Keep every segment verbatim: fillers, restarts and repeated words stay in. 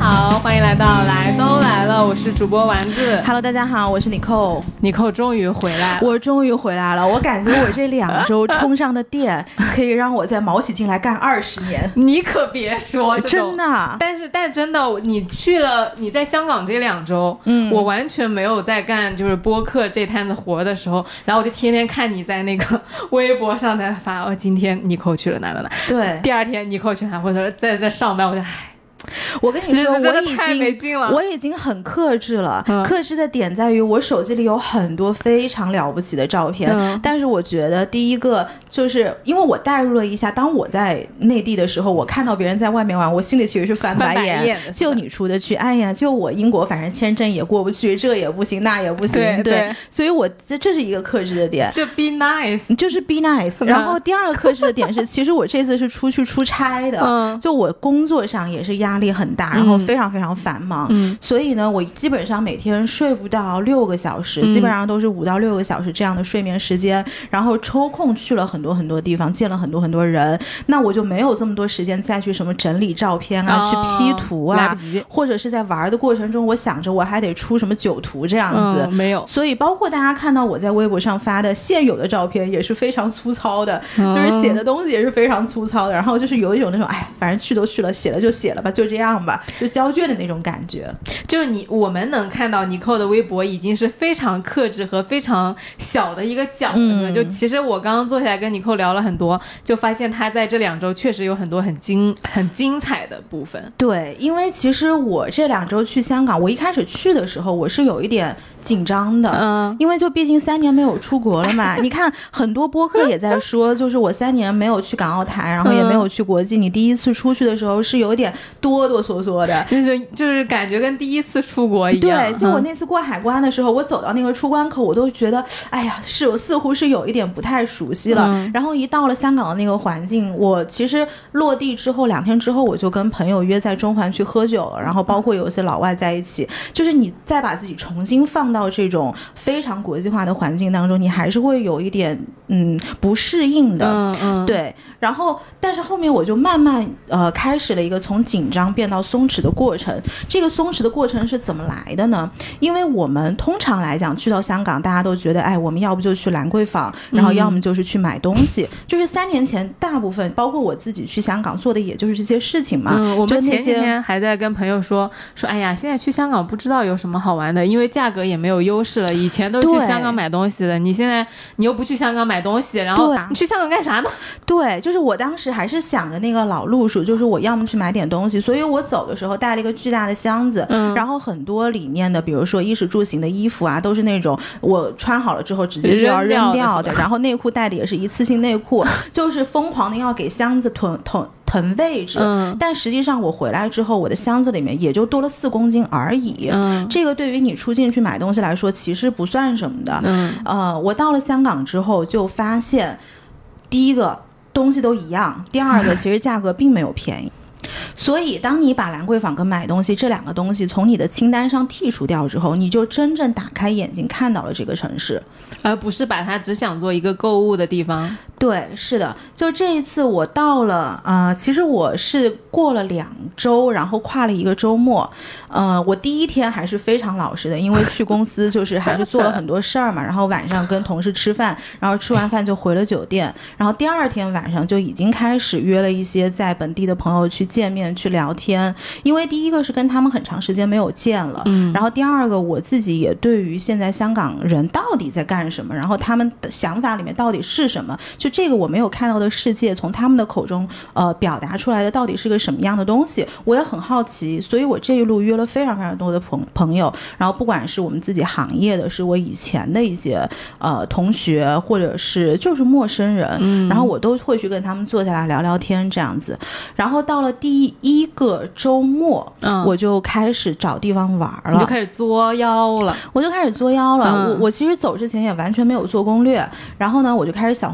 好，欢迎来到来都来了，我是主播丸子。 Hello， 大家好，我是妮蔻。 妮蔻终于回来了， 我终于回来了。我感觉我这两周冲上的电可以让我在毛起劲来干二十年。 你可别说， 真的。 但是但是真的，你去了，你在香港这两周，嗯，我完全没有在干就是播客这摊子活的时候，然后我就天天看你在那个微博上在发，哦，今天妮蔻去了哪哪哪， 对， 第二天妮蔻去哪，或者在在上班，我就唉。 我跟你说，我已太没劲了， 我已经很克制了。嗯、克制的点在于，我手机里有很多非常了不起的照片。嗯、但是我觉得，第一个就是因为我代入了一下，当我在内地的时候，我看到别人在外面玩，我心里其实是翻白眼。 翻白眼就你出得去，哎呀，就我英国反正签证也过不去，这也不行，那也不行， 对。 对所以我这这是一个克制的点。 就 be nice， 就是 be nice。然后第二个克制的点是，其实我这次是出去出差的，嗯、就我工作上也是压力很大。然后非常非常繁忙、嗯、所以呢我基本上每天睡不到六个小时、嗯、基本上都是五到六个小时这样的睡眠时间，然后抽空去了很多很多地方，见了很多很多人，那我就没有这么多时间再去什么整理照片啊、哦、去 P 图啊，或者是在玩的过程中我想着我还得出什么九图这样子、 嗯、没有。 所以包括大家看到我在微博上发的现有的照片也是非常粗糙的、嗯、就是写的东西也是非常粗糙的，然后就是有一种那种哎，反正去都去了，写了就写了吧，就这样吧，就交卷的那种感觉。 就是你我们能看到妮蔻的微博已经是非常克制和非常小的一个角了、嗯、就其实我刚刚坐下来跟妮蔻聊了很多，就发现她在这两周确实有很多很精很精彩的部分。 对，因为其实我这两周去香港，我一开始去的时候我是有一点紧张的，嗯，因为就毕竟三年没有出国了嘛。你看很多播客也在说，就是我三年没有去港澳台，然后也没有去国际、嗯、你第一次出去的时候是有点哆哆嗦嗦的， 就是就是感觉跟第一次出国一样。 对，就我那次过海关的时候、嗯、我走到那个出关口我都觉得哎呀，是我似乎是有一点不太熟悉了、嗯、然后一到了香港的那个环境，我其实落地之后两天之后我就跟朋友约在中环去喝酒了，然后包括有一些老外在一起，就是你再把自己重新放到这种非常国际化的环境当中，你还是会有一点嗯不适应的。 嗯嗯， 对。然后但是后面我就慢慢呃开始了一个从紧张变到松弛的过程。这个松弛的过程是怎么来的呢？因为我们通常来讲去到香港，大家都觉得哎，我们要不就去兰桂坊，然后要么就是去买东西、嗯、就是三年前大部分包括我自己去香港做的也就是这些事情嘛。 嗯，我们前几天还在跟朋友说说哎呀，现在去香港不知道有什么好玩的，因为价格也没有优势了，以前都是去香港买东西的，你现在你又不去香港买东西，然后你去香港干啥呢？ 对，就是我当时还是想着那个老路数，就是我要么去买点东西，所以我走的时候带了一个巨大的箱子、嗯、然后很多里面的比如说衣食住行的衣服啊都是那种我穿好了之后直接就要扔掉的，然后内裤带的也是一次性内裤就是疯狂的要给箱子囤囤腾位置、嗯、但实际上我回来之后我的箱子里面也就多了四公斤而已、嗯、这个对于你出境去买东西来说其实不算什么的、嗯、呃，我到了香港之后就发现第一个东西都一样，第二个其实价格并没有便宜所以当你把兰桂坊跟买东西这两个东西从你的清单上剔除掉之后，你就真正打开眼睛看到了这个城市， 而不是把它只想做一个购物的地方。 对，是的，就这一次我到了呃，其实我是过了两周，然后跨了一个周末。呃，我第一天还是非常老实的，因为去公司就是还是做了很多事儿嘛，然后晚上跟同事吃饭，然后吃完饭就回了酒店，然后第二天晚上就已经开始约了一些在本地的朋友去见面去聊天，因为第一个是跟他们很长时间没有见了，嗯，然后第二个我自己也对于现在香港人到底在干什么，然后他们的想法里面到底是什么，就这个我没有看到的世界从他们的口中呃表达出来的到底是个什么样的东西，我也很好奇，所以我这一路约了非常非常多的朋朋友，然后不管是我们自己行业的，是我以前的一些呃同学，或者是就是陌生人、嗯、然后我都会去跟他们坐下来聊聊天这样子。然后到了第一个周末、嗯、我就开始找地方玩了， 你就开始作妖了。 我就开始作妖了、嗯、我我其实走之前也完全没有做攻略，然后呢我就开始小红书上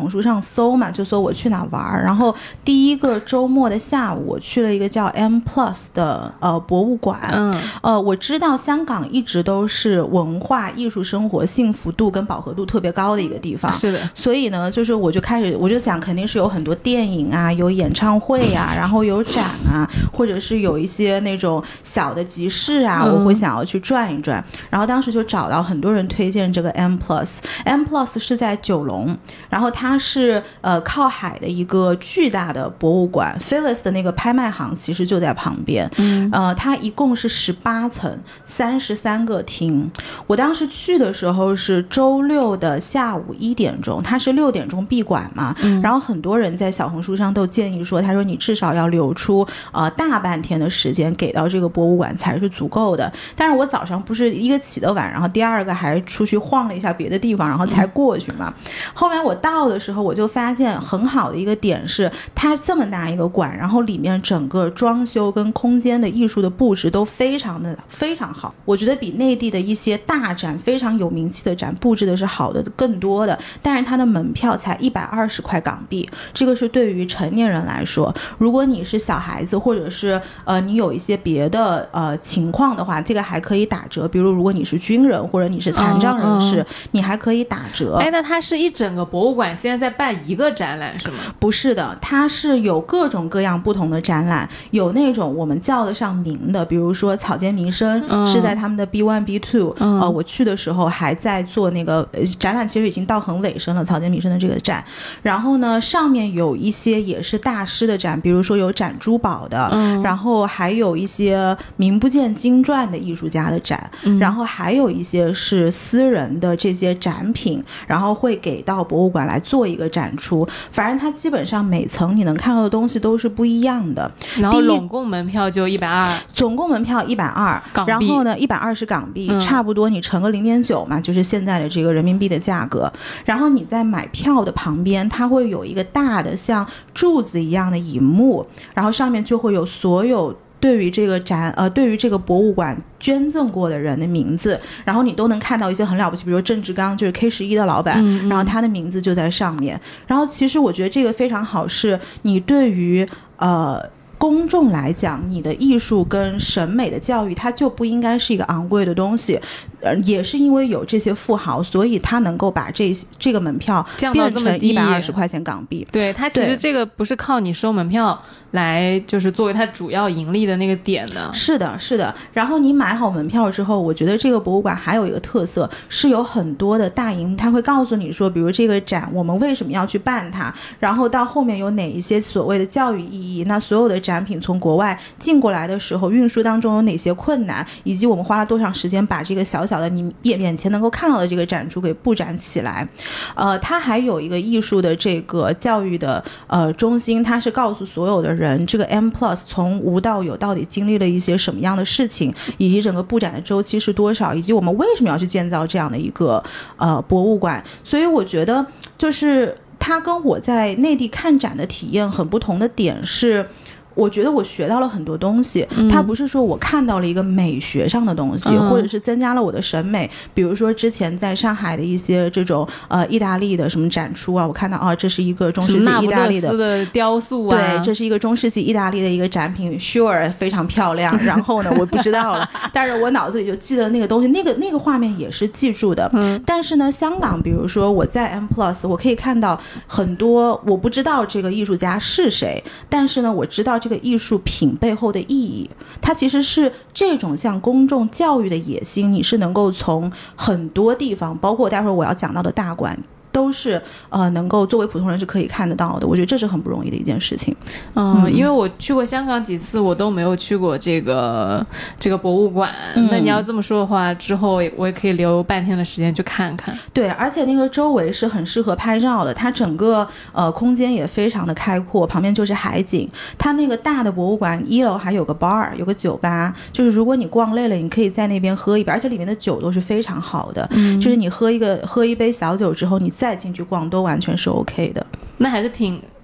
搜嘛，就搜我去哪玩。然后第一个周末的下午，我去了一个叫 M Plus 的呃博物馆。 嗯， 呃，我知道香港一直都是文化艺术生活幸福度跟饱和度特别高的一个地方。 是的， 所以呢，就是我就开始我就想，肯定是有很多电影啊，有演唱会啊，然后有展啊，或者是有一些那种小的集市啊，我会想要去转一转。嗯、然后当时就找到很多人推荐这个 M Plus。M Plus 是在九龙，然后它是呃靠海的一个巨大的博物馆 ，Phyllis 的那个拍卖行其实就在旁边。嗯，呃，它一共是十八层，三十三个厅。我当时去的时候是周六的下午一点钟，它是六点钟闭馆嘛。嗯，然后很多人在小红书上都建议说，他说你至少要留出呃大半天的时间给到这个博物馆才是足够的。但是我早上不是一个起得晚，然后第二个还出去晃了一下别的地方，然后才过去嘛。后面我到的时候，我就发现很好的一个点是，它这么大一个馆，然后里面整个装修跟空间的艺术的布置都非常的非常好。我觉得比内地的一些大展非常有名气的展布置的是好的更多的，但是它的门票才一百二十块港币，这个是对于成年人来说。如果你是小孩子，或者是呃你有一些别的呃情况的话，这个还可以打折。比如如果你是军人或者你是残障人士，嗯嗯、你还可以打折。 哎，那它是一整个博物馆现在在办一个展览是吗？ 不是的，它是有各种各样不同的展览，有那种我们叫得上名的，比如说草间弥生、嗯、是在他们的 B 一 B 二、嗯、呃，我去的时候还在做那个、呃、展览，其实已经到很尾声了，草间弥生的这个展。然后呢，上面有一些也是大师的展，比如说有展珠宝的、嗯、然后还有一些名不见经传的艺术家的展、嗯、然后还有一些是私人的这些展品，然后会给到博物馆来做一个展出。反正它基本上每层你能看到的东西都是不一样的。 然后总共门票就一百二， 总共门票一百二，然后呢一百二十港币、嗯，差不多你乘个零点九嘛，就是现在的这个人民币的价格。然后你在买票的旁边，它会有一个大的像柱子一样的荧幕，然后上面就会有所有对于这个展呃，对于这个博物馆捐赠过的人的名字，然后你都能看到一些很了不起，比如郑志刚就是 K 十一的老板、嗯嗯，然后他的名字就在上面。然后其实我觉得这个非常好，是你对于呃公众来讲，你的艺术跟审美的教育，它就不应该是一个昂贵的东西。呃，也是因为有这些富豪，所以他能够把这这个门票变成一百二十块钱港币。 对，他其实这个不是靠你收门票来，就是作为他主要盈利的那个点的。 是的，是的。然后你买好门票之后，我觉得这个博物馆还有一个特色，是有很多的大荧幕，他会告诉你说，比如这个展我们为什么要去办它，然后到后面有哪一些所谓的教育意义，那所有的展品从国外进过来的时候，运输当中有哪些困难，以及我们花了多长时间把这个小小的你眼前能够看到的这个展出给布展起来。呃，它还有一个艺术的这个教育的呃中心，它是告诉所有的人，这个 M Plus 从无到有到底经历了一些什么样的事情，以及整个布展的周期是多少，以及我们为什么要去建造这样的一个呃博物馆。所以我觉得就是它跟我在内地看展的体验很不同的点是，我觉得我学到了很多东西，它不是说我看到了一个美学上的东西、嗯、或者是增加了我的审美。比如说之前在上海的一些这种呃意大利的什么展出啊，我看到啊这是一个中世纪意大利 的, 的雕塑啊， 对，这是一个中世纪意大利的一个展品 sure 非常漂亮，然后呢我不知道了但是我脑子里就记得那个东西，那个那个画面也是记住的、嗯、但是呢香港比如说我在 M Plus 我可以看到很多我不知道这个艺术家是谁，但是呢我知道这个艺术品背后的意义，它其实是这种像公众教育的野心，你是能够从很多地方，包括待会儿我要讲到的大馆，都是呃能够作为普通人是可以看得到的。我觉得这是很不容易的一件事情。 嗯，嗯因为我去过香港几次，我都没有去过这个这个博物馆、嗯、那你要这么说的话，之后我也可以留半天的时间去看看。 对，而且那个周围是很适合拍照的，它整个呃空间也非常的开阔，旁边就是海景。它那个大的博物馆一楼还有个 bar 有个酒吧，就是如果你逛累了你可以在那边喝一杯，而且里面的酒都是非常好的、嗯、就是你喝一个喝一杯小酒之后你再进去逛都完全是 OK 的。 那还是挺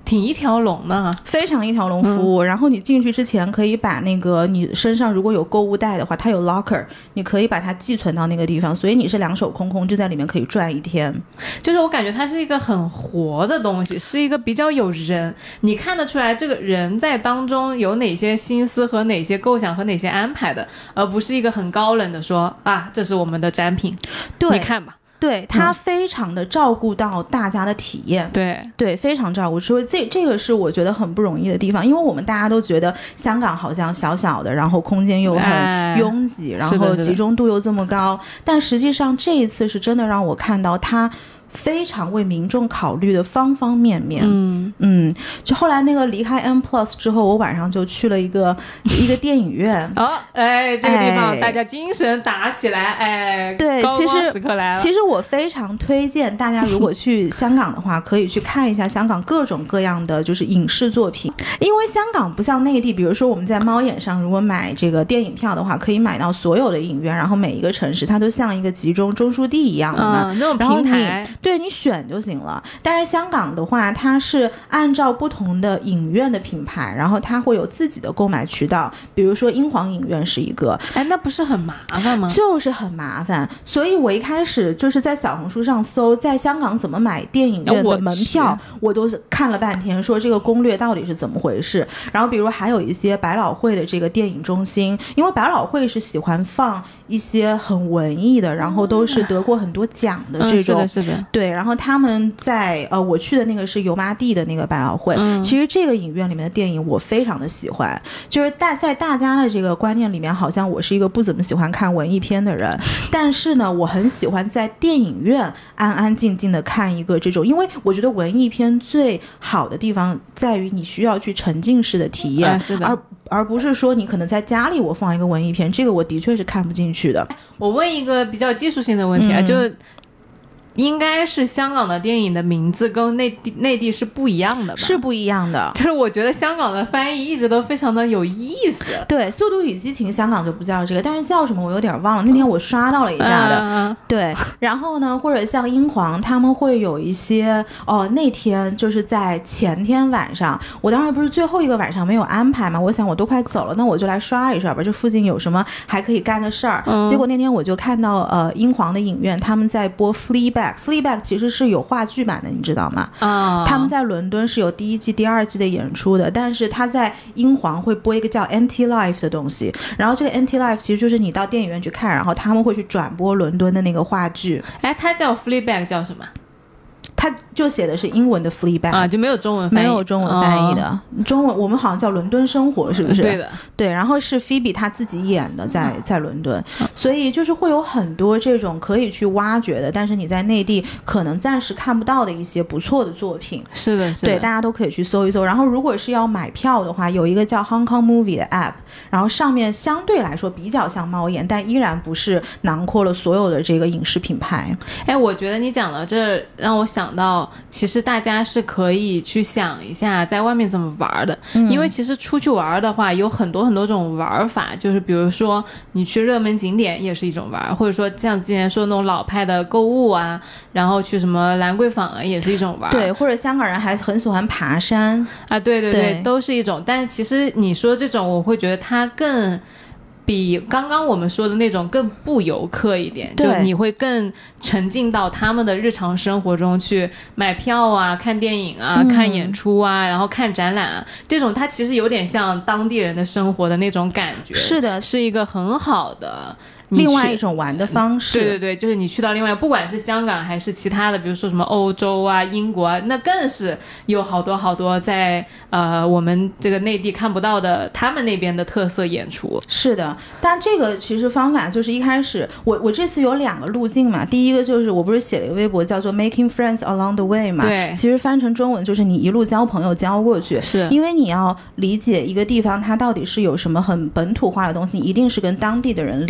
挺一条龙的， 非常一条龙服务、嗯、然后你进去之前可以把那个你身上如果有购物袋的话，它有 locker， 你可以把它寄存到那个地方，所以你是两手空空就在里面可以转一天。 就是我感觉它是一个很活的东西，是一个比较有人，你看得出来这个人在当中有哪些心思和哪些构想和哪些安排的，而不是一个很高冷的说啊这是我们的展品， 对， 你看吧。 对，他非常的照顾到大家的体验、嗯、对对，非常照顾，所以这这个是我觉得很不容易的地方，因为我们大家都觉得香港好像小小的，然后空间又很拥挤、哎、然后集中度又这么高，但实际上这一次是真的让我看到他非常为民众考虑的方方面面。嗯嗯，就后来那个离开 M Plus 之后，我晚上就去了一个一个电影院。 哦，哎，这个地方、哎、大家精神打起来，哎， 对， 高光时刻来了。 其实我非常推荐大家，如果去香港的话，可以去看一下香港各种各样的就是影视作品，因为香港不像内地，比如说我们在猫眼上如果买这个电影票的话，可以买到所有的影院，然后每一个城市它都像一个集中中枢地一样的嘛， 嗯，那种平台。 对，你选就行了。但是香港的话，它是按照不同的影院的品牌，然后它会有自己的购买渠道，比如说英皇影院是一个。 哎，那不是很麻烦吗？ 就是很麻烦。所以我一开始就是在小红书上搜在香港怎么买电影院的门票，我都看了半天，说这个攻略到底是怎么回事。然后比如还有一些百老汇的这个电影中心，因为百老汇是喜欢放一些很文艺的，然后都是得过很多奖的这种、 嗯、是的是的， 对。然后他们在呃，我去的那个是油麻地的那个百老汇、嗯、其实这个影院里面的电影我非常的喜欢，就是大在大家的这个观念里面，好像我是一个不怎么喜欢看文艺片的人，但是呢我很喜欢在电影院安安静静的看一个这种，因为我觉得文艺片最好的地方在于你需要去沉浸式的体验、啊、是的，而而不是说你可能在家里我放一个文艺片，这个我的确是看不进去的。 我问一个比较技术性的问题啊、嗯、就应该是香港的电影的名字跟内地内地是不一样的吧？ 是不一样的， 就是我觉得香港的翻译一直都非常的有意思。 对，速度与激情香港就不叫这个，但是叫什么我有点忘了，那天我刷到了一下的、嗯、对。然后呢或者像英皇他们会有一些哦，那天就是在前天晚上，我当时不是最后一个晚上没有安排嘛，我想我都快走了，那我就来刷一刷吧，这附近有什么还可以干的事儿、嗯、结果那天我就看到呃英皇的影院他们在播 Fleabag Fleabag 其实是有话剧版的，你知道吗？啊、oh. 他们在伦敦是有第一季第二季的演出的，但是他在英皇会播一个叫 N T Live 的东西，然后这个 N T Live 其实就是你到电影院去看，然后他们会去转播伦敦的那个话剧。 哎，它叫 Fleabag 叫什么？ 他就写的是英文的 Fleabag 啊，就没有中文翻译， 没有中文翻译的、哦、中文我们好像叫伦敦生活，是不是？ 对的， 对。然后是 Phoebe 他自己演的在，在在伦敦、嗯，所以就是会有很多这种可以去挖掘的，但是你在内地可能暂时看不到的一些不错的作品。 是的，是的， 对，大家都可以去搜一搜。然后如果是要买票的话，有一个叫 Hong Kong Movie 的 app， 然后上面相对来说比较像猫眼，但依然不是囊括了所有的这个影视品牌。 哎，我觉得你讲到这让我想到，其实大家是可以去想一下在外面怎么玩的、嗯、因为其实出去玩的话有很多很多种玩法，就是比如说你去热门景点也是一种玩，或者说像之前说那种老派的购物啊，然后去什么兰桂坊啊也是一种玩。 对，或者香港人还很喜欢爬山啊，对对 对, 对都是一种。但其实你说这种我会觉得它更比刚刚我们说的那种更不游客一点，就你会更沉浸到他们的日常生活中去买票啊，看电影啊、嗯、看演出啊，然后看展览啊，这种它其实有点像当地人的生活的那种感觉。 是的， 是一个很好的另外一种玩的方式。 对对对，就是你去到另外不管是香港还是其他的，比如说什么欧洲啊、英国啊，那更是有好多好多在呃我们这个内地看不到的他们那边的特色演出。 是的，但这个其实方法就是一开始我我这次有两个路径嘛，第一个就是我不是写了一个微博叫做 Making Friends Along the Way 嘛， 对， 其实翻成中文就是你一路交朋友交过去， 是因为你要理解一个地方它到底是有什么很本土化的东西，你一定是跟当地的人聊，或者是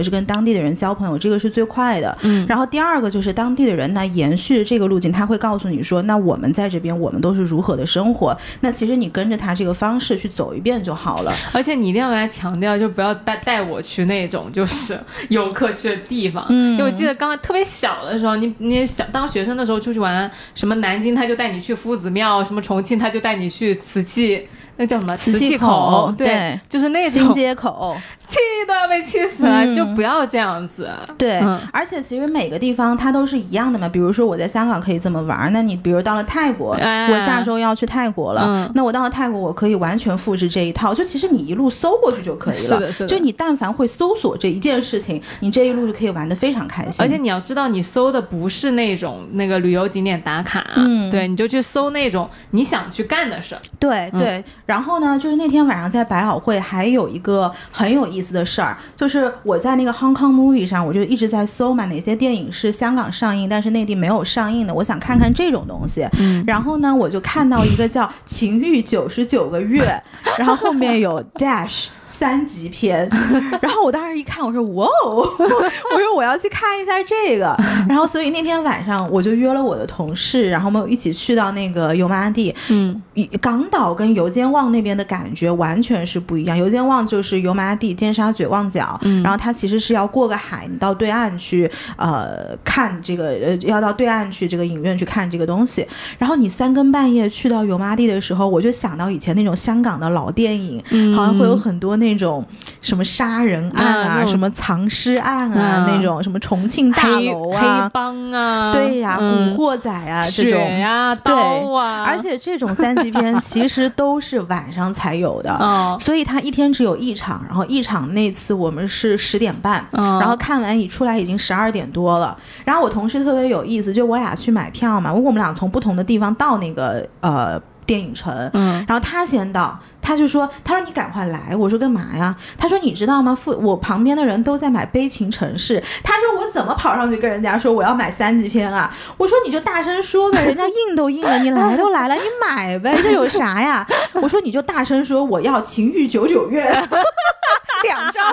是跟当地的人交朋友，这个是最快的。 嗯， 然后第二个就是当地的人呢，延续这个路径，他会告诉你说，那我们在这边我们都是如何的生活，那其实你跟着他这个方式去走一遍就好了。 而且你一定要跟他强调，就不要带带我去那种就是游客去的地方。 嗯， 因为我记得刚刚特别小的时候，你你小当学生的时候出去玩，什么南京他就带你去夫子庙，什么重庆他就带你去瓷器。那叫什么瓷器口？ 对， 对就是那种新街口， 气都要被气死了，嗯、就不要这样子。 对、嗯，而且其实每个地方它都是一样的嘛。比如说我在香港可以这么玩，那你比如到了泰国，哎、我下周要去泰国了、嗯，那我到了泰国，我可以完全复制这一套。就其实你一路搜过去就可以了。 是的，是的。 就你但凡会搜索这一件事情，你这一路就可以玩得非常开心。 而且你要知道，你搜的不是那种那个旅游景点打卡，嗯，对，你就去搜那种你想去干的事儿。 对对、嗯，然后呢，就是那。那天晚上在百老汇还有一个很有意思的事儿，就是我在那个 Hong Kong Movie 上，我就一直在搜嘛，哪些电影是香港上映但是内地没有上映的，我想看看这种东西。嗯，然后呢，我就看到一个叫《情欲九十九个月》，然后后面有 Dash 三级片，然后我当时一看，我说哇哦，我说我要去看一下这个，然后所以那天晚上我就约了我的同事，然后我们一起去到那个油麻地。嗯，港岛跟油尖旺那边的感觉完全是不一样，油尖旺就是油麻地、尖沙咀、旺角、嗯，然后它其实是要过个海，你到对岸去呃看这个呃要到对岸去这个影院去看这个东西，然后你三更半夜去到油麻地的时候，我就想到以前那种香港的老电影，嗯、好像会有很多那种什么杀人案啊，什么藏尸案啊、嗯，那种什么重庆大楼啊、 黑帮啊， 对呀、嗯，古惑仔啊，这种血呀、刀啊， 而且这种三级片其实都是晚上才有的。哦，所以他一天只有一场，然后一场那次我们是十点半，哦，然后看完一出来已经十二点多了。然后我同事特别有意思，就我俩去买票嘛，我们俩从不同的地方到那个呃电影城，嗯，然后他先到。他就说，他说你赶快来，我说干嘛呀？他说你知道吗？我旁边的人都在买《悲情城市》，他说我怎么跑上去跟人家说我要买三级片啊？我说你就大声说呗，人家印都印了，你来都来了，你买呗，这有啥呀？我说你就大声说我要《情欲九九月》两张。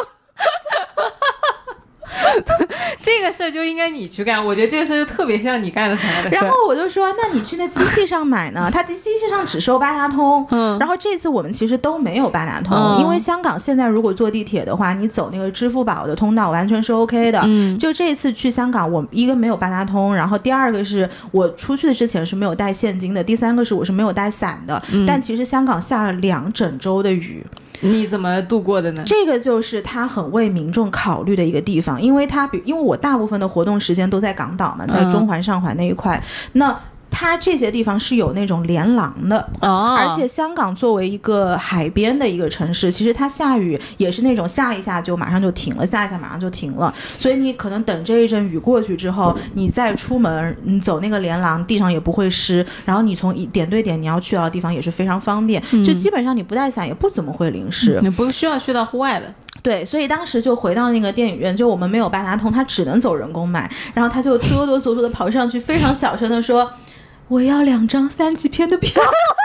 这个事儿就应该你去干，我觉得这个事儿就特别像你干的什么的事儿。 然后我就说，那你去那机器上买呢？他机器上只收八达通。嗯。然后这次我们其实都没有八达通，嗯，因为香港现在如果坐地铁的话，你走那个支付宝的通道完全是 OK 的。嗯。就这次去香港，我一个没有八达通，然后第二个是我出去的之前是没有带现金的，第三个是我是没有带伞的。嗯。但其实香港下了两整周的雨。 你怎么度过的呢？ 这个就是他很为民众考虑的一个地方，因为他比因为我大部分的活动时间都在港岛嘛，在中环上环那一块，嗯，那它这些地方是有那种连廊的，哦，而且香港作为一个海边的一个城市，其实它下雨也是那种下一下就马上就停了，下一下马上就停了，所以你可能等这一阵雨过去之后，你再出门，你走那个连廊，地上也不会湿，然后你从点对点你要去到的地方也是非常方便，嗯，就基本上你不带伞也不怎么会淋湿， 你不需要去到户外的。 对，所以当时就回到那个电影院，就我们没有八达通，他只能走人工买，然后他就哆哆嗦嗦的跑上去，非常小声的说我要两张三级片的票。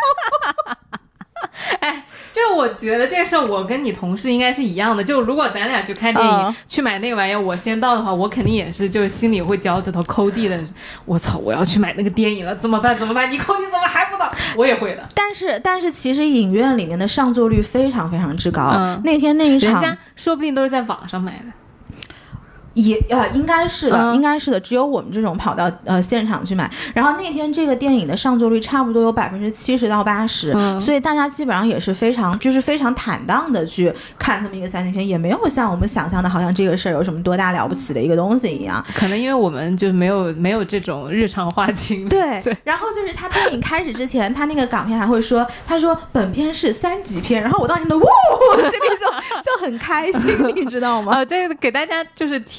哎，就是我觉得这个事儿我跟你同事应该是一样的，就如果咱俩去看电影，嗯，去买那个玩意儿，我先到的话，我肯定也是就是心里会脚趾头抠地的，我操，我要去买那个电影了，怎么办怎么办？你抠你怎么还不到？我也会的。 但是但是其实影院里面的上座率非常非常之高，嗯，那天那一场人家说不定都是在网上买的。 也呃，应该是的，嗯，应该是的，只有我们这种跑到呃现场去买。然后那天这个电影的上座率差不多有百分之七十到八十，所以大家基本上也是非常就是非常坦荡的去看这么一个三级片，也没有像我们想象的，好像这个事儿有什么多大了不起的一个东西一样。 可能因为我们就没有没有这种日常化经历。 对，对。然后就是他电影开始之前，他那个港片还会说，他说本片是三级片，然后我当时都呜，心里就就很开心，你知道吗？ 呃，这个给大家就是提。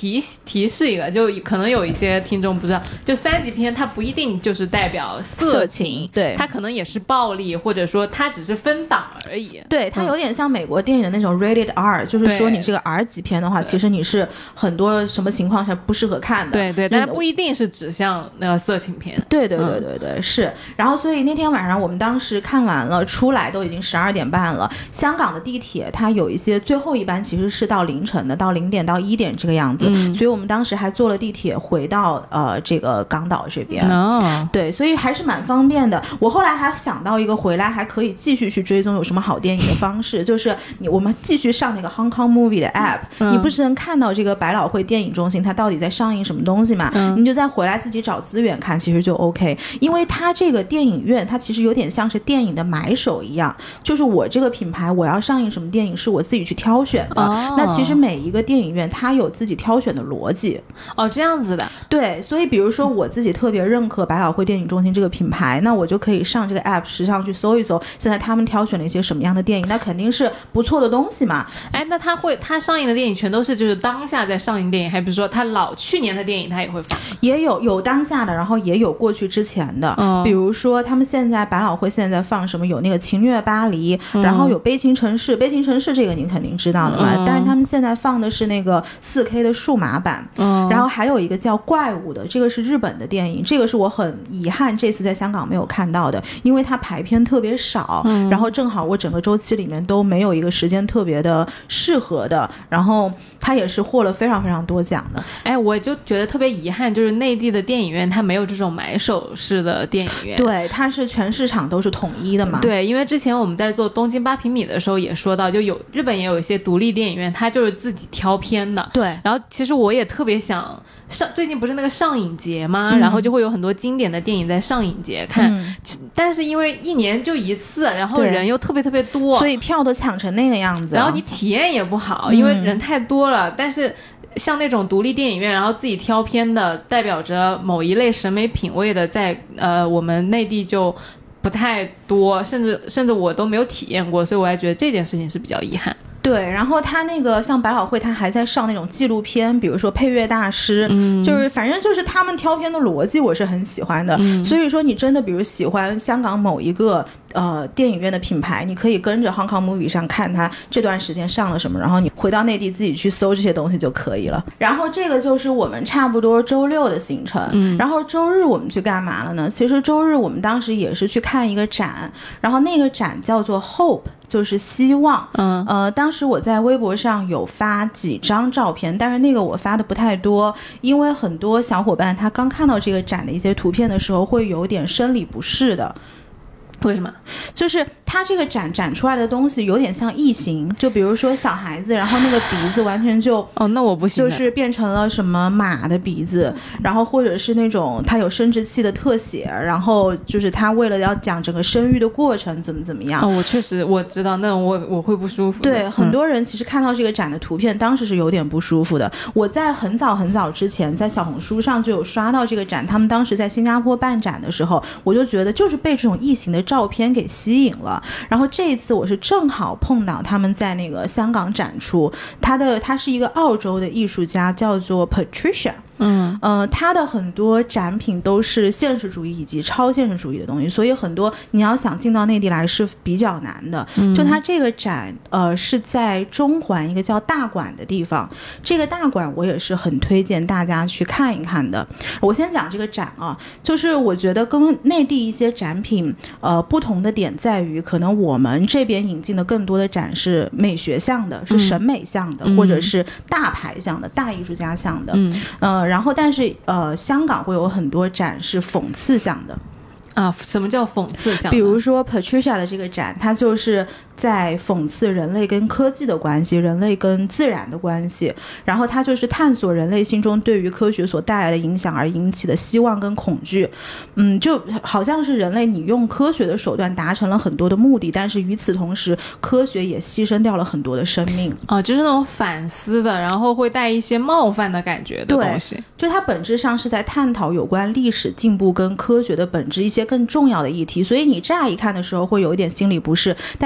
提提示一个，就可能有一些听众不知道，就三级片它不一定就是代表色情， 色情对， 它可能也是暴力，或者说它只是分档而已。 对，它有点像美国电影的那种 rated R，、嗯、就是说你这个 R 级片的话，其实你是很多什么情况下不适合看的。 对对，但它不一定是指向那个色情片。 对对对对对、嗯，是。然后所以那天晚上我们当时看完了，出来都已经十二点半了。香港的地铁它有一些最后一班其实是到凌晨的，到零点到一点这个样子、嗯，所以我们当时还坐了地铁回到呃这个港岛这边。哦，对，所以还是蛮方便的。我后来还想到一个回来还可以继续去追踪有什么好电影的方式，就是你我们继续上那个 Hong Kong Movie 的 app，、嗯、你不是能看到这个百老汇电影中心它到底在上映什么东西嘛、嗯？你就再回来自己找资源看，其实就 OK。因为它这个电影院它其实有点像是电影的买手一样，就是我这个品牌我要上映什么电影是我自己去挑选的、哦、那其实每一个电影院它有自己挑选的逻辑。 哦，这样子的。 对，所以比如说我自己特别认可百老汇电影中心这个品牌，那我就可以上这个 app 时常去搜一搜现在他们挑选了一些什么样的电影，那肯定是不错的东西嘛。 哎，那他会他上映的电影全都是就是当下在上映电影，还比如说他老去年的电影他也会放？ 也有有当下的，然后也有过去之前的、哦、比如说他们现在百老汇现在在放什么，有那个情虐巴黎、嗯、然后有悲情城市，悲情城市这个您肯定知道的嘛、嗯、但是他们现在放的是那个 四 K 的数码版、嗯、然后还有一个叫怪物的，这个是日本的电影，这个是我很遗憾这次在香港没有看到的，因为它排片特别少、嗯、然后正好我整个周期里面都没有一个时间特别的适合的，然后它也是获了非常非常多奖的。 哎，我就觉得特别遗憾，就是内地的电影院它没有这种买手式的电影院。 对，它是全市场都是统一的嘛。 对，因为之前我们在做东京八平米的时候也说到，就有日本也有一些独立电影院它就是自己挑片的。 对， 然后其实我也特别想上，最近不是那个上影节吗、嗯、然后就会有很多经典的电影在上影节看、嗯、但是因为一年就一次，然后人又特别特别多， 所以票都抢成那个样子， 然后你体验也不好、嗯、因为人太多了。但是像那种独立电影院然后自己挑片的，代表着某一类审美品味的，在呃我们内地就不太多，甚至甚至我都没有体验过，所以我还觉得这件事情是比较遗憾。 对，然后他那个像百老汇他还在上那种纪录片，比如说配乐大师、嗯、就是反正就是他们挑片的逻辑我是很喜欢的、嗯、所以说你真的比如喜欢香港某一个呃电影院的品牌，你可以跟着 Hong Kong Movie 上看他这段时间上了什么，然后你回到内地自己去搜这些东西就可以了。然后这个就是我们差不多周六的行程、嗯、然后周日我们去干嘛了呢？其实周日我们当时也是去看一个展，然后那个展叫做 Hope， 就是希望。嗯，呃，当时我在微博上有发几张照片，但是那个我发的不太多，因为很多小伙伴他刚看到这个展的一些图片的时候会有点生理不适的。 为什么？ 就是它这个展展出来的东西有点像异形，就比如说小孩子，然后那个鼻子完全就哦，那我不行， 就是变成了什么马的鼻子，然后或者是那种它有生殖器的特写，然后就是它为了要讲整个生育的过程怎么怎么样。 哦，我确实我知道，那种我我会不舒服的。 对，很多人其实看到这个展的图片，当时是有点不舒服的。我在很早很早之前在小红书上就有刷到这个展，他们当时在新加坡办展的时候，我就觉得就是被这种异形的照片给吸引了。然后这一次我是正好碰到他们在那个香港展出，他的他是一个澳洲的艺术家，叫做 Patricia。嗯，呃，他的很多展品都是现实主义以及超现实主义的东西，所以很多你要想进到内地来是比较难的。嗯、就他这个展，呃，是在中环一个叫大馆的地方，这个大馆我也是很推荐大家去看一看的。我先讲这个展啊，就是我觉得跟内地一些展品，呃，不同的点在于，可能我们这边引进的更多的展是美学向的，是审美向的，嗯、或者是大牌向的、大艺术家向的。嗯，呃。然后但是呃香港会有很多展是讽刺向的啊。什么叫讽刺向的？ 比如说 Patricia 的这个展，它就是在讽刺人类跟科技的关系，人类跟自然的关系，然后它就是探索人类心中对于科学所带来的影响而引起的希望跟恐惧。嗯，就好像是人类你用科学的手段达成了很多的目的，但是与此同时科学也牺牲掉了很多的生命。 哦，就是那种反思的，然后会带一些冒犯的感觉的东西。 对，就它本质上是在探讨有关历史进步跟科学的本质一些更重要的议题，所以你乍一看的时候会有一点心理不适，但其实你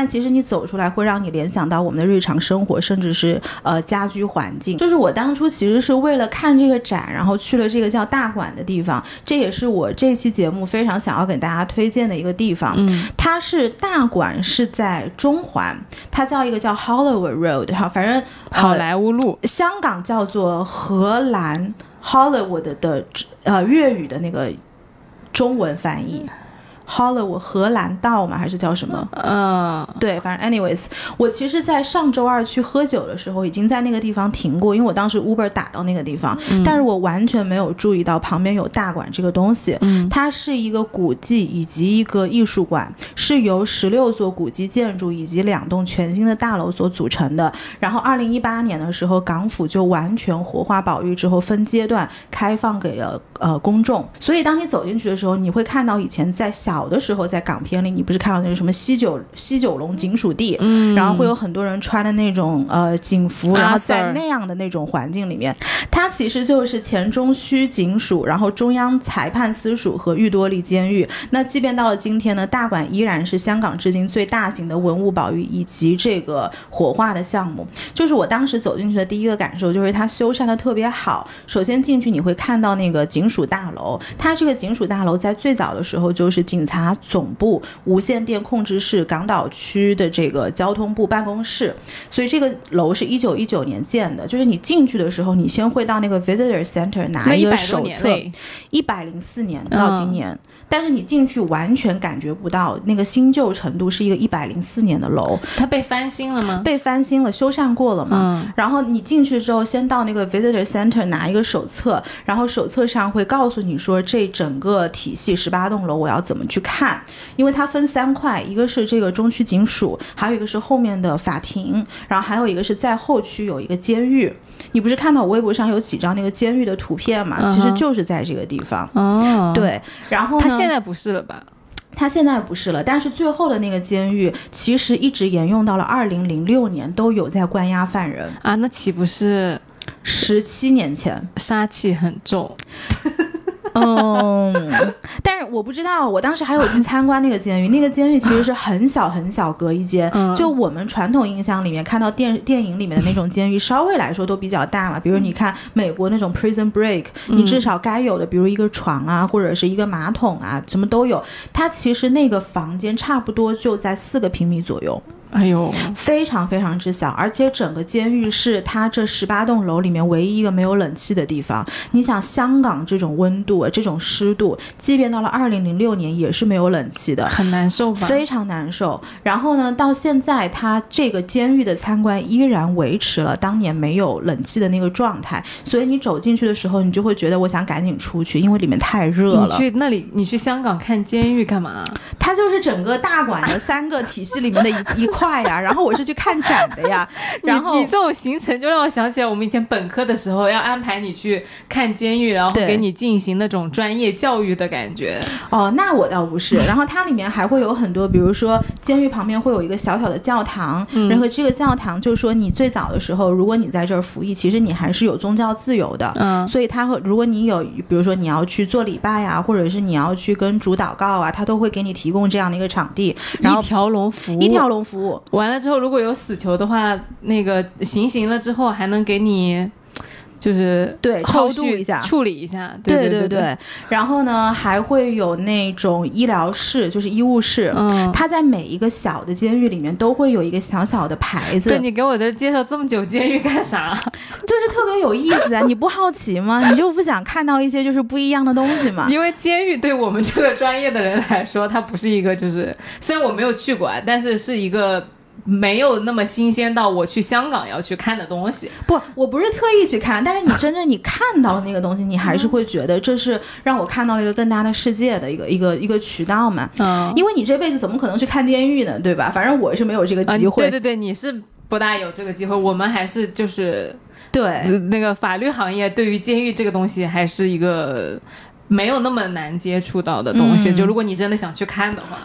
走出来会让你联想到我们的日常生活，甚至是呃家居环境。就是我当初其实是为了看这个展，然后去了这个叫大馆的地方，这也是我这期节目非常想要给大家推荐的一个地方。嗯，它是大馆是在中环，它叫一个叫 Hollywood Road， 反正、 呃、好莱坞路， 香港叫做荷兰 Hollywood 的呃粤语的那个中文翻译。Hollywood 荷兰道吗？还是叫什么？ 嗯， 对，反正 anyways， 我其实在上周二去喝酒的时候已经在那个地方停过，因为我当时 Uber 打到那个地方、嗯、但是我完全没有注意到旁边有大馆这个东西、嗯、它是一个古迹以及一个艺术馆，是由十六座古迹建筑以及两栋全新的大楼所组成的。然后二零一八年的时候港府就完全活化保育之后分阶段开放给了呃公众，所以当你走进去的时候，你会看到以前在小的时候在港片里你不是看到那个什么西九西九龙警署地、嗯、然后会有很多人穿的那种呃警服，然后在那样的那种环境里面，它其实就是前中区警署，然后中央裁判司署和裕多利监狱。那即便到了今天呢，大馆依然是香港至今最大型的文物保育以及这个火化的项目。就是我当时走进去的第一个感受就是它修缮的特别好。首先进去你会看到那个警署大楼，它这个警署大楼在最早的时候就是警察总部、无线电控制室、港岛区的这个交通部办公室，所以这个楼是一九一九年建的。就是你进去的时候，你先会到那个 Visitor Center 拿一个手册，一百零四年到今年、嗯，但是你进去完全感觉不到那个新旧程度，是一个一百零四年的楼。 它被翻新了吗？ 被翻新了，修缮过了嘛、嗯、然后你进去之后先到那个 Visitor Center 拿一个手册，然后手册上会告诉你说这整个体系十八栋楼我要怎么去看，因为它分三块，一个是这个中区警署，还有一个是后面的法庭，然后还有一个是在后区有一个监狱。你不是看到我微博上有几张那个监狱的图片吗、嗯、其实就是在这个地方。哦，对，然后呢， 它现在不是了吧？ 它现在不是了，但是最后的那个监狱其实一直沿用到了二零零六年，都有在关押犯人啊，那岂不是十七年前？ 杀气很重。 嗯，但是我不知道，我当时还有去参观那个监狱，那个监狱其实是很小很小隔一间、嗯、就我们传统印象里面看到电电影里面的那种监狱稍微来说都比较大嘛，比如你看美国那种 Prison Break、嗯、你至少该有的比如一个床啊或者是一个马桶啊什么都有，它其实那个房间差不多就在四个平米左右， 哎呦， 非常非常之小，而且整个监狱是它这十八栋楼里面唯一一个没有冷气的地方。你想香港这种温度这种湿度，即便到了二零零六年也是没有冷气的， 很难受吧？ 非常难受。然后呢，到现在它这个监狱的参观依然维持了当年没有冷气的那个状态，所以你走进去的时候你就会觉得我想赶紧出去，因为里面太热了。 你去那里，你去香港看监狱干嘛？ 它就是整个大馆的三个体系里面的一一块呀，然后我是去看展的呀。然后你, 你这种行程就让我想起来我们以前本科的时候要安排你去看监狱，然后给你进行那种专业教育的感觉。 哦，那我倒不是。然后它里面还会有很多，比如说监狱旁边会有一个小小的教堂、嗯、然后这个教堂就是说你最早的时候如果你在这儿服役，其实你还是有宗教自由的。嗯，所以它会，如果你有比如说你要去做礼拜啊，或者是你要去跟主祷告啊，它都会给你提供这样的一个场地。然后一条龙服务， 一条龙服务完了之后，如果有死囚的话，那个行刑了之后还能给你就是对超度一下， 处理一下。 对对 对, 对, 对, 对然后呢还会有那种医疗室，就是医务室。嗯，它在每一个小的监狱里面都会有一个小小的牌子。 对，你给我这介绍这么久监狱干啥？ 就是特别有意思啊！你不好奇吗？你就不想看到一些就是不一样的东西吗？ 因为监狱对我们这个专业的人来说，它不是一个就是虽然我没有去过，但是是一个没有那么新鲜到我去香港要去看的东西。 不，我不是特意去看，但是你真正你看到了那个东西，你还是会觉得这是让我看到了一个更大的世界的一个一个一个渠道嘛。嗯，因为你这辈子怎么可能去看监狱呢，对吧？反正我是没有这个机会。 嗯、对对对，你是不大有这个机会，我们还是就是对那个法律行业对于监狱这个东西还是一个没有那么难接触到的东西、嗯、就如果你真的想去看的话。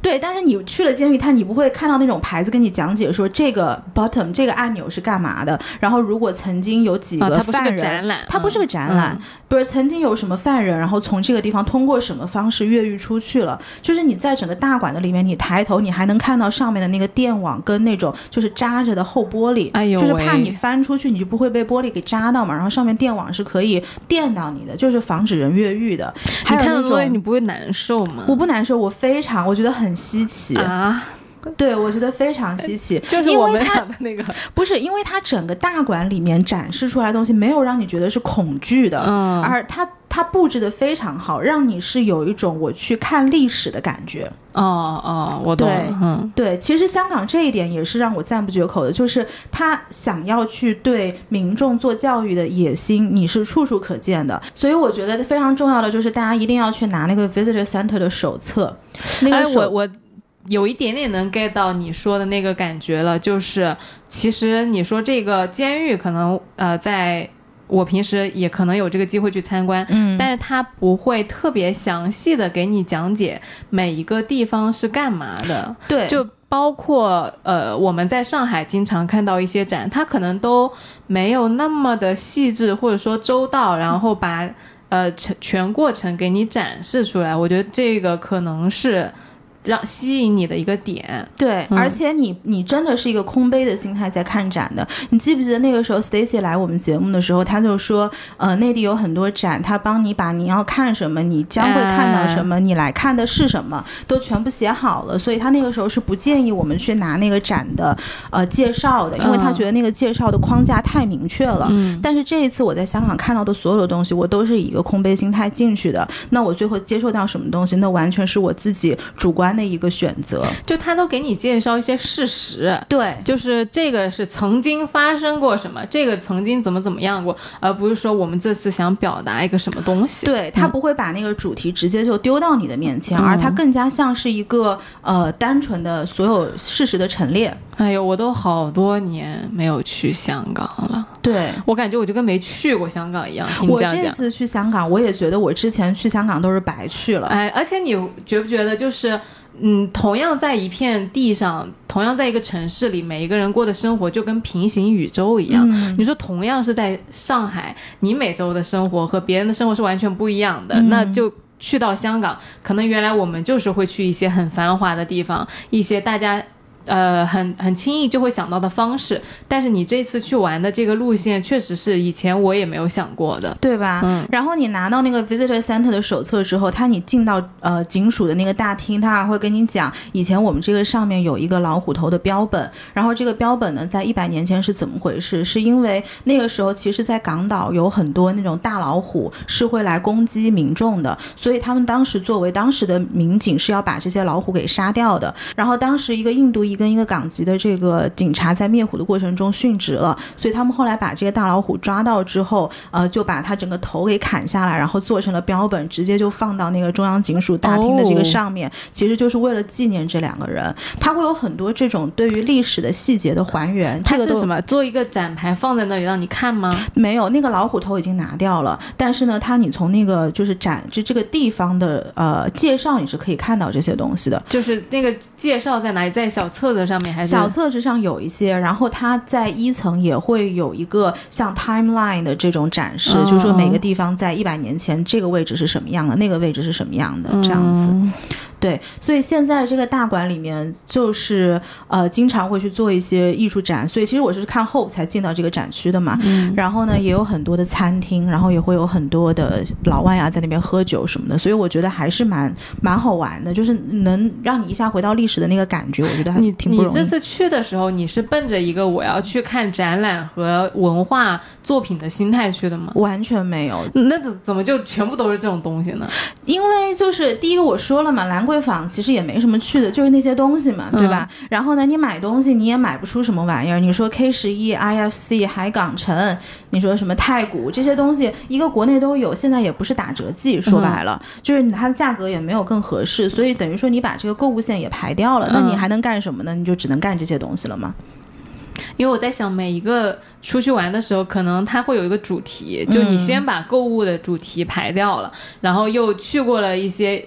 对，但是你去了监狱，它你不会看到那种牌子跟你讲解说这个 bottom 这个按钮是干嘛的，然后如果曾经有几个犯人、哦、它不是个展览，它不是个展览、嗯、不是曾经有什么犯人然后从这个地方通过什么方式越狱出去了，就是你在整个大馆的里面，你抬头你还能看到上面的那个电网跟那种就是扎着的厚玻璃， 哎呦， 就是怕你翻出去你就不会被玻璃给扎到嘛，然后上面电网是可以电到你的，就是防止人越狱的。还有那种你看到你不会难受吗？ 我不难受，我非常我觉得很稀奇啊， 对，我觉得非常稀奇， 就是我们俩的那个， 不是因为它整个大馆里面展示出来的东西没有让你觉得是恐惧的，嗯，而它它布置的非常好，让你是有一种我去看历史的感觉。 哦哦，我懂了。 对， 嗯， 对，其实香港这一点也是让我赞不绝口的，就是他想要去对民众做教育的野心，你是处处可见的。所以我觉得非常重要的就是大家一定要去拿那个 Visitor Center 的手册。那个手哎，我我有一点点能 get 到你说的那个感觉了，就是其实你说这个监狱可能呃在。我平时也可能有这个机会去参观，嗯，但是他不会特别详细的给你讲解每一个地方是干嘛的， 对， 就包括呃我们在上海经常看到一些展，它可能都没有那么的细致或者说周到，然后把呃全过程给你展示出来，我觉得这个可能是让吸引你的一个点。 对、嗯、而且你你真的是一个空杯的心态在看展的。你记不记得那个时候 Stacy 来我们节目的时候，他就说呃，内地有很多展，他帮你把你要看什么，你将会看到什么、哎、你来看的是什么都全部写好了，所以他那个时候是不建议我们去拿那个展的呃介绍的，因为他觉得那个介绍的框架太明确了、嗯、但是这一次我在香港看到的所有的东西我都是以一个空杯心态进去的，那我最后接受到什么东西那完全是我自己主观的一个选择， 就他都给你介绍一些事实， 对， 就是这个是曾经发生过什么，这个曾经怎么怎么样过，而不是说我们这次想表达一个什么东西。 对，他不会把那个主题直接就丢到你的面前、嗯、而他更加像是一个呃单纯的所有事实的陈列。 哎呦，我都好多年没有去香港了， 对， 我感觉我就跟没去过香港一样。听你这样讲， 我这次去香港我也觉得我之前去香港都是白去了。 哎，而且你觉不觉得就是嗯，同样在一片地上，同样在一个城市里，每一个人过的生活就跟平行宇宙一样、嗯、你说同样是在上海，你每周的生活和别人的生活是完全不一样的、嗯、那就去到香港，可能原来我们就是会去一些很繁华的地方，一些大家呃，很很轻易就会想到的方式，但是你这次去玩的这个路线确实是以前我也没有想过的， 对吧？嗯。然后你拿到那个 Visitor Center 的手册之后，他你进到呃警署的那个大厅，他还会跟你讲，以前我们这个上面有一个老虎头的标本，然后这个标本呢，在一百年前是怎么回事？是因为那个时候其实，在港岛有很多那种大老虎是会来攻击民众的，所以他们当时作为当时的民警是要把这些老虎给杀掉的。然后当时一个印度裔跟一个港籍的这个警察在灭虎的过程中殉职了，所以他们后来把这个大老虎抓到之后，呃，就把他整个头给砍下来，然后做成了标本，直接就放到那个中央警署大厅的这个上面、哦、其实就是为了纪念这两个人。他会有很多这种对于历史的细节的还原。 它是什么？做一个展牌放在那里让你看吗？ 没有，那个老虎头已经拿掉了，但是呢，他你从那个就是展就这个地方的呃介绍，你是可以看到这些东西的。 就是那个介绍在哪里？在小册子上面还是？ 小册子上有一些，然后它在一层也会有一个像 timeline 的这种展示、嗯、就是说每个地方在一百年前这个位置是什么样的，那个位置是什么样的、嗯、这样子。对，所以现在这个大馆里面就是呃经常会去做一些艺术展，所以其实我是看 Hope 才进到这个展区的嘛、嗯、然后呢也有很多的餐厅，然后也会有很多的老外啊在那边喝酒什么的，所以我觉得还是蛮蛮好玩的，就是能让你一下回到历史的那个感觉，我觉得还挺不容易。 你这次去的时候你是奔着一个我要去看展览和文化作品的心态去的吗？ 完全没有。 那怎么就全部都是这种东西呢？ 因为就是第一个我说了嘛，兰桂坊其实也没什么去的，就是那些东西嘛，对吧、嗯、然后呢你买东西你也买不出什么玩意儿，你说 K 十一 I F C 海港城，你说什么太古这些东西一个国内都有，现在也不是打折季，说白了、嗯、就是它的价格也没有更合适，所以等于说你把这个购物线也排掉了、嗯、那你还能干什么呢？你就只能干这些东西了吗？ 因为我在想每一个出去玩的时候可能它会有一个主题，就你先把购物的主题排掉了、嗯、然后又去过了一些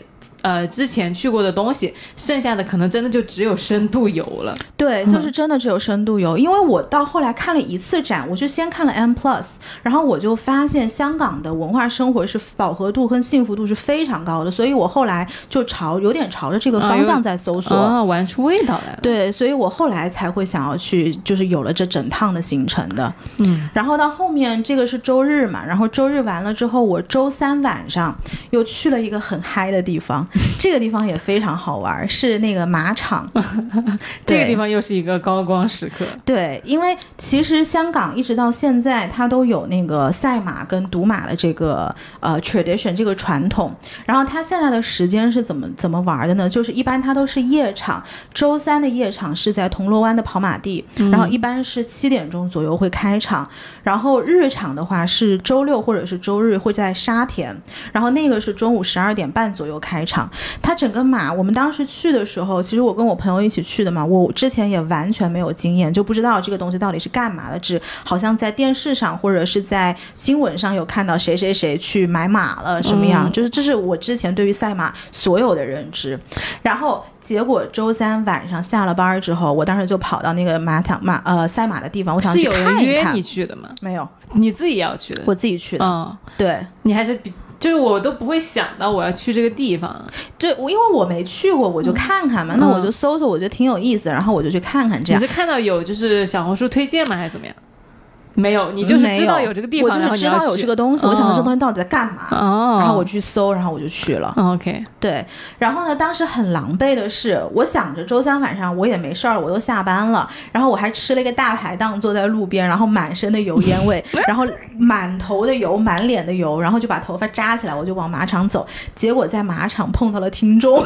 呃之前去过的东西，剩下的可能真的就只有深度游了。 对，就是真的只有深度游、嗯、因为我到后来看了一次展，我就先看了 M plus， 然后我就发现香港的文化生活是饱和度跟幸福度是非常高的，所以我后来就朝有点朝着这个方向在搜索、 啊、玩出味道来了。 对，所以我后来才会想要去，就是有了这整趟的行程的。 嗯， 然后到后面这个是周日嘛，然后周日完了之后，我周三晚上又去了一个很嗨的地方，这个地方也非常好玩，是那个马场。 这个地方又是一个高光时刻。 对，因为其实香港一直到现在它都有那个赛马跟赌马的这个呃 tradition 这个传统，然后它现在的时间是怎么怎么玩的呢？就是一般它都是夜场，周三的夜场是在铜锣湾的跑马地、嗯、然后一般是七点钟左右会开场，然后日场的话是周六或者是周日会在沙田，然后那个是中午十二点半左右开场。它整个马我们当时去的时候，其实我跟我朋友一起去的嘛，我之前也完全没有经验，就不知道这个东西到底是干嘛的，只好像在电视上或者是在新闻上有看到谁谁谁去买马了什么样、嗯、就是这是我之前对于赛马所有的认知。然后结果周三晚上下了班之后，我当时就跑到那个马场马呃赛马的地方，我想去看一看。 是有人约你去的吗？ 没有， 你自己要去的。 我自己去的。 嗯， 对， 你还是比就是我都不会想到我要去这个地方。 对，因为我没去过，我就看看嘛、嗯、那我就搜搜，我觉得挺有意思，然后我就去看看。这样你是看到有就是小红书推荐吗还是怎么样？没有，你就是知道有这个地方， 我就是知道有这个东西、哦、我想说这东西到底在干嘛、 哦、 然后我去搜，然后我就去了、 哦、OK。 对，然后呢当时很狼狈的是，我想着周三晚上我也没事儿，我都下班了，然后我还吃了一个大排档，坐在路边，然后满身的油烟味然后满头的油满脸的油，然后就把头发扎起来，我就往马场走，结果在马场碰到了听众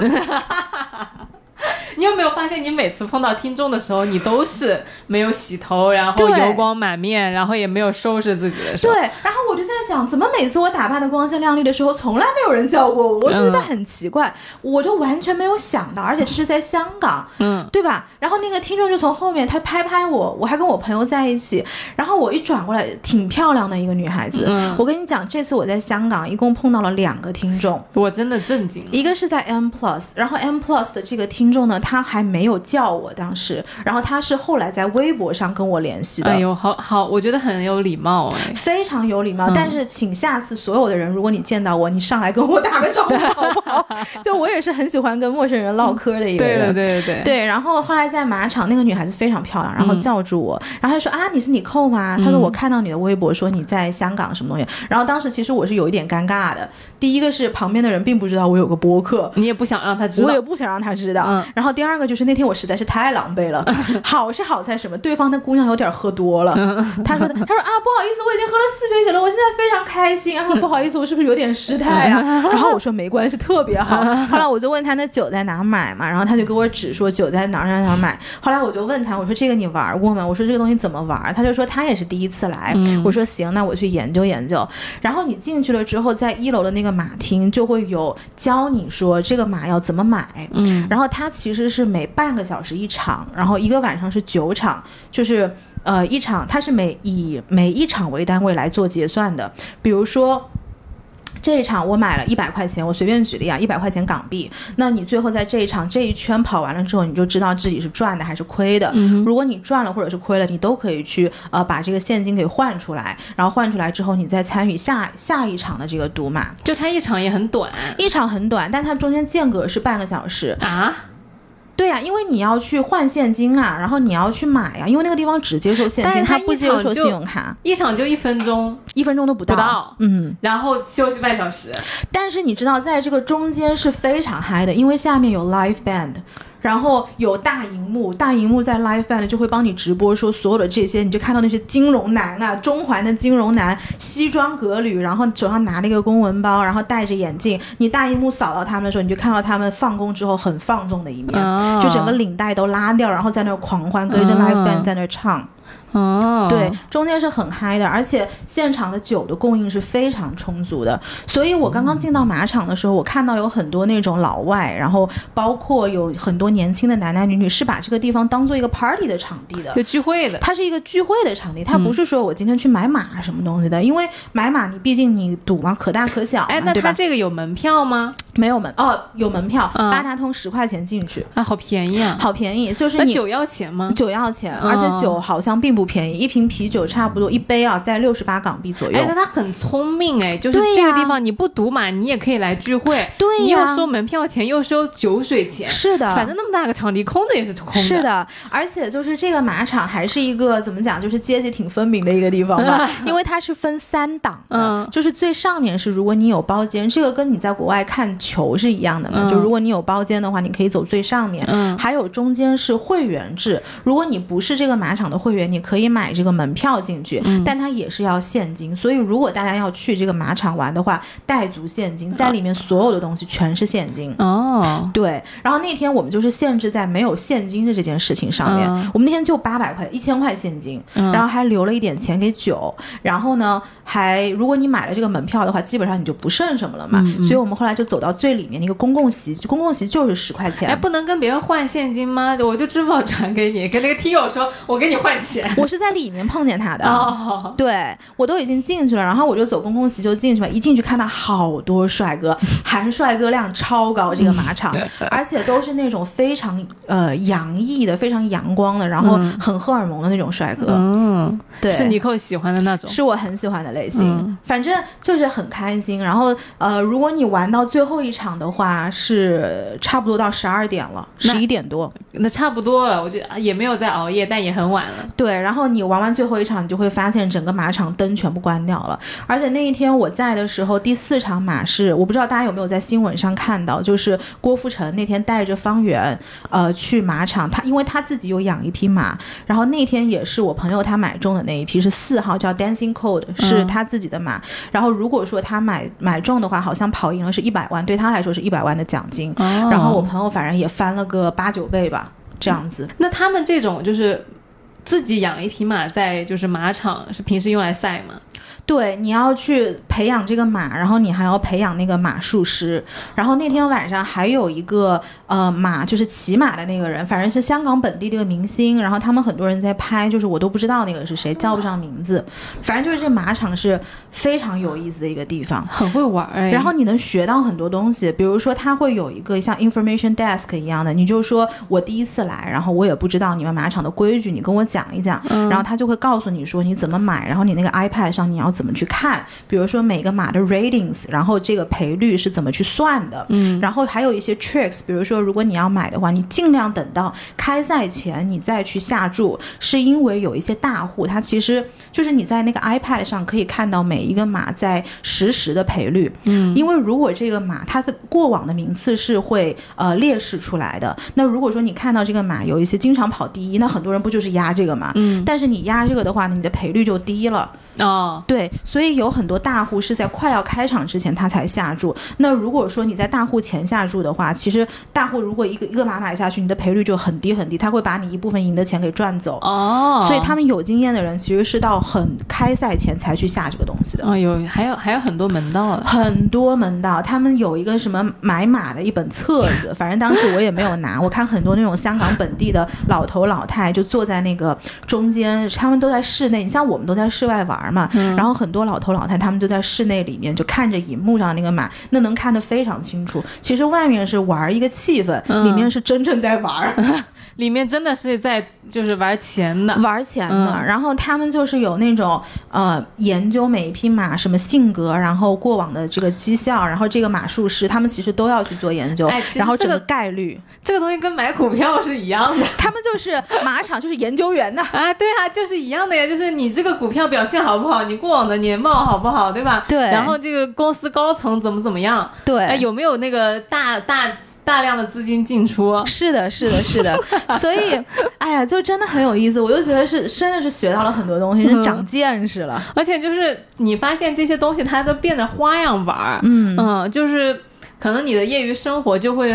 你有没有发现你每次碰到听众的时候，你都是没有洗头，然后油光满面，然后也没有收拾自己的时候。 对，然后我就在想，怎么每次我打扮的光鲜亮丽的时候从来没有人叫过我，我觉得很奇怪、嗯、我就完全没有想到，而且这是在香港， 嗯， 对吧？然后那个听众就从后面他拍拍我，我还跟我朋友在一起，然后我一转过来，挺漂亮的一个女孩子、嗯、我跟你讲，这次我在香港一共碰到了两个听众， 我真的震惊了。 一个是在 M plus， 然后 M plus 的这个听众呢，他还没有叫我当时，然后他是后来在微博上跟我联系的。 哎呦，好好，我觉得很有礼貌哎， 非常有礼貌、嗯、但是请下次所有的人，如果你见到我，你上来跟我打个招呼好不好就我也是很喜欢跟陌生人唠嗑的一个人、 嗯、对对对对对。然后后来在马场，那个女孩子非常漂亮，然后叫住我、嗯、然后她说啊你是Nicole吗？她说我看到你的微博说你在香港什么东西、嗯、然后当时其实我是有一点尴尬的，第一个是旁边的人并不知道我有个播客， 你也不想让他知道， 我也不想让他知道、嗯、然后第二个就是那天我实在是太狼狈了好是好在什么，对方的姑娘有点喝多了，她说她说啊不好意思，我已经喝了四杯酒了，我现在非常开心，然后不好意思我是不是有点失态啊然后我说没关系，特别好。后来我就问他那酒在哪买嘛，然后他就给我指说酒在哪哪哪买。后来我就问他，我说这个你玩过吗？我说这个东西怎么玩？他就说他也是第一次来、嗯、我说行，那我去研究研究。然后你进去了之后，在一楼的那个马厅就会有教你说这个马要怎么买，嗯，然后它其实是每半个小时一场，然后一个晚上是九场，就是呃一场它是每以每一场为单位来做结算的。比如说这一场我买了一百块钱，我随便举例啊，一百块钱港币，那你最后在这一场这一圈跑完了之后，你就知道自己是赚的还是亏的、嗯、如果你赚了或者是亏了，你都可以去呃把这个现金给换出来，然后换出来之后你再参与下下一场的这个赌马。 就它一场也很短， 一场很短，但它中间间隔是半个小时啊。 对呀、啊，因为你要去换现金啊，然后你要去买呀、啊，因为那个地方只接受现金，它不接受信用卡。 一场就一分钟， 一分钟都不到， 不到， 嗯， 然后休息半小时。 但是你知道，在这个中间是非常嗨的，因为下面有 live band。然后有大荧幕，大荧幕在 live band 就会帮你直播，说所有的这些，你就看到那些金融男啊，中环的金融男，西装革履，然后手上拿了一个公文包，然后戴着眼镜，你大荧幕扫到他们的时候，你就看到他们放工之后很放纵的一面、哦、就整个领带都拉掉，然后在那狂欢，跟着 live band 在那唱。 哦， 对，中间是很嗨的，而且现场的酒的供应是非常充足的。所以我刚刚进到马场的时候，我看到有很多那种老外，然后包括有很多年轻的男男女女是把这个地方当做一个 party 的场地的， 就聚会的。 它是一个聚会的场地，它不是说我今天去买马什么东西的、嗯、因为买马你毕竟你赌嘛，可大可小嘛， 哎，那它这个有门票吗？ 没有门哦，有门票， 嗯八达通十块钱进去啊，好便宜啊， 好便宜，就是你那酒要钱吗？ 酒要钱，而且酒好像并不便宜，一瓶啤酒差不多一杯啊，在六十八港币左右。 哎，那他很聪明哎，就是这个地方你不赌马，你也可以来聚会， 对呀， 你又收门票钱，又收酒水钱， 是的， 反正那么大个场地，空的也是空的。 是的，而且就是这个马场还是一个怎么讲，就是阶级挺分明的一个地方吧，因为它是分三档的， 嗯， 就是最上面是如果你有包间，这个跟你在国外看球是一样的嘛， 嗯、 就如果你有包间的话，你可以走最上面， 嗯， 还有中间是会员制，如果你不是这个马场的会员，你可以买这个门票进去， 嗯、 但它也是要现金，所以如果大家要去这个马场玩的话，带足现金，在里面所有的东西全是现金哦， 对，然后那天我们就是限制在没有现金的这件事情上面，嗯、我们那天就八百块一千块现金， 嗯、 然后还留了一点钱给酒，然后呢还如果你买了这个门票的话，基本上你就不剩什么了嘛， 嗯、 所以我们后来就走到最里面的一个公共席，公共席就是十块钱。 哎，不能跟别人换现金吗？我就支付宝转给你，跟那个听友说我给你换钱。 我是在里面碰见他的， 哦、 对，我都已经进去了，然后我就走公共席就进去了，一进去看到好多帅哥，韩帅哥量超高，这个马场，而且都是那种非常呃洋溢的、非常阳光的，然后很荷尔蒙的那种帅哥。 嗯， 对， 是尼寇喜欢的那种， 是我很喜欢的类型。 嗯、 反正就是很开心。然后呃，如果你玩到最后一场的话，是差不多到十二点了，十一点多， 那差不多了。我觉得也没有在熬夜，但也很晚了。 对，然后你玩完最后一场，你就会发现整个马场灯全部关掉了。而且那一天我在的时候，第四场马是我不知道大家有没有在新闻上看到，就是郭富城那天带着方圆呃去马场，他因为他自己有养一匹马，然后那天也是我朋友他买中的那一匹是四号叫 Dancing Cold， 是他自己的马、嗯、然后如果说他买买中的话，好像跑赢了是一百万，对他来说是一百万的奖金、哦、然后我朋友反正也翻了个八九倍吧这样子、 嗯、那他们这种就是自己养一匹马在就是马场是平时用来赛吗？ 对，你要去培养这个马，然后你还要培养那个马术师。然后那天晚上还有一个呃马，就是骑马的那个人，反正是香港本地的一个明星。然后他们很多人在拍，就是我都不知道那个是谁，叫不上名字。反正就是这马场是非常有意思的一个地方， 很会玩哎。 然后你能学到很多东西，比如说他会有一个像 information desk 一样的，你就说我第一次来，然后我也不知道你们马场的规矩，你跟我讲一讲。嗯、然后他就会告诉你说你怎么买，然后你那个 iPad 上你要怎么去看，比如说每个马的 ratings， 然后这个赔率是怎么去算的， 嗯， 然后还有一些 tricks， 比如说如果你要买的话，你尽量等到开赛前你再去下注，是因为有一些大户他其实就是你在那个 iPad 上可以看到每一个马在实时的赔率， 嗯， 因为如果这个马它的过往的名次是会呃列示出来的，那如果说你看到这个马有一些经常跑第一，那很多人不就是压这个嘛， 嗯， 但是你压这个的话你的赔率就低了。 哦， 对，所以有很多大户是在快要开场之前他才下注。那如果说你在大户前下注的话，其实大户如果一个一个马买下去，你的赔率就很低很低，他会把你一部分赢的钱给赚走。 哦， 所以他们有经验的人其实是到很开赛前才去下这个东西的。 哦，有还有还有很多门道的， 很多门道。他们有一个什么买马的一本册子，反正当时我也没有拿。我看很多那种香港本地的老头老太就坐在那个中间，他们都在室内，你像我们都在室外玩嘛、嗯、然后很多老头老太他们就在室内里面就看着荧幕上那个马，那能看得非常清楚。其实外面是玩一个气氛、嗯、里面是真正在玩里面真的是在就是玩钱的玩钱的、嗯、然后他们就是有那种呃研究每一匹马什么性格，然后过往的这个绩效，然后这个马术师他们其实都要去做研究、 哎然后整个概率这个东西跟买股票是一样的他们就是马场就是研究员的啊，对啊，就是一样的呀，就是你这个股票表现好不好，你过往的年报好不好，对吧？ 对， 然后这个公司高层怎么怎么样， 对、 哎、有没有那个大大大量的资金进出， 是的是的是的所以哎呀就真的很有意思，我就觉得是真的是学到了很多东西，是长见识了、嗯、 而且就是你发现这些东西它都变得花样玩， 嗯嗯，就是可能你的业余生活就会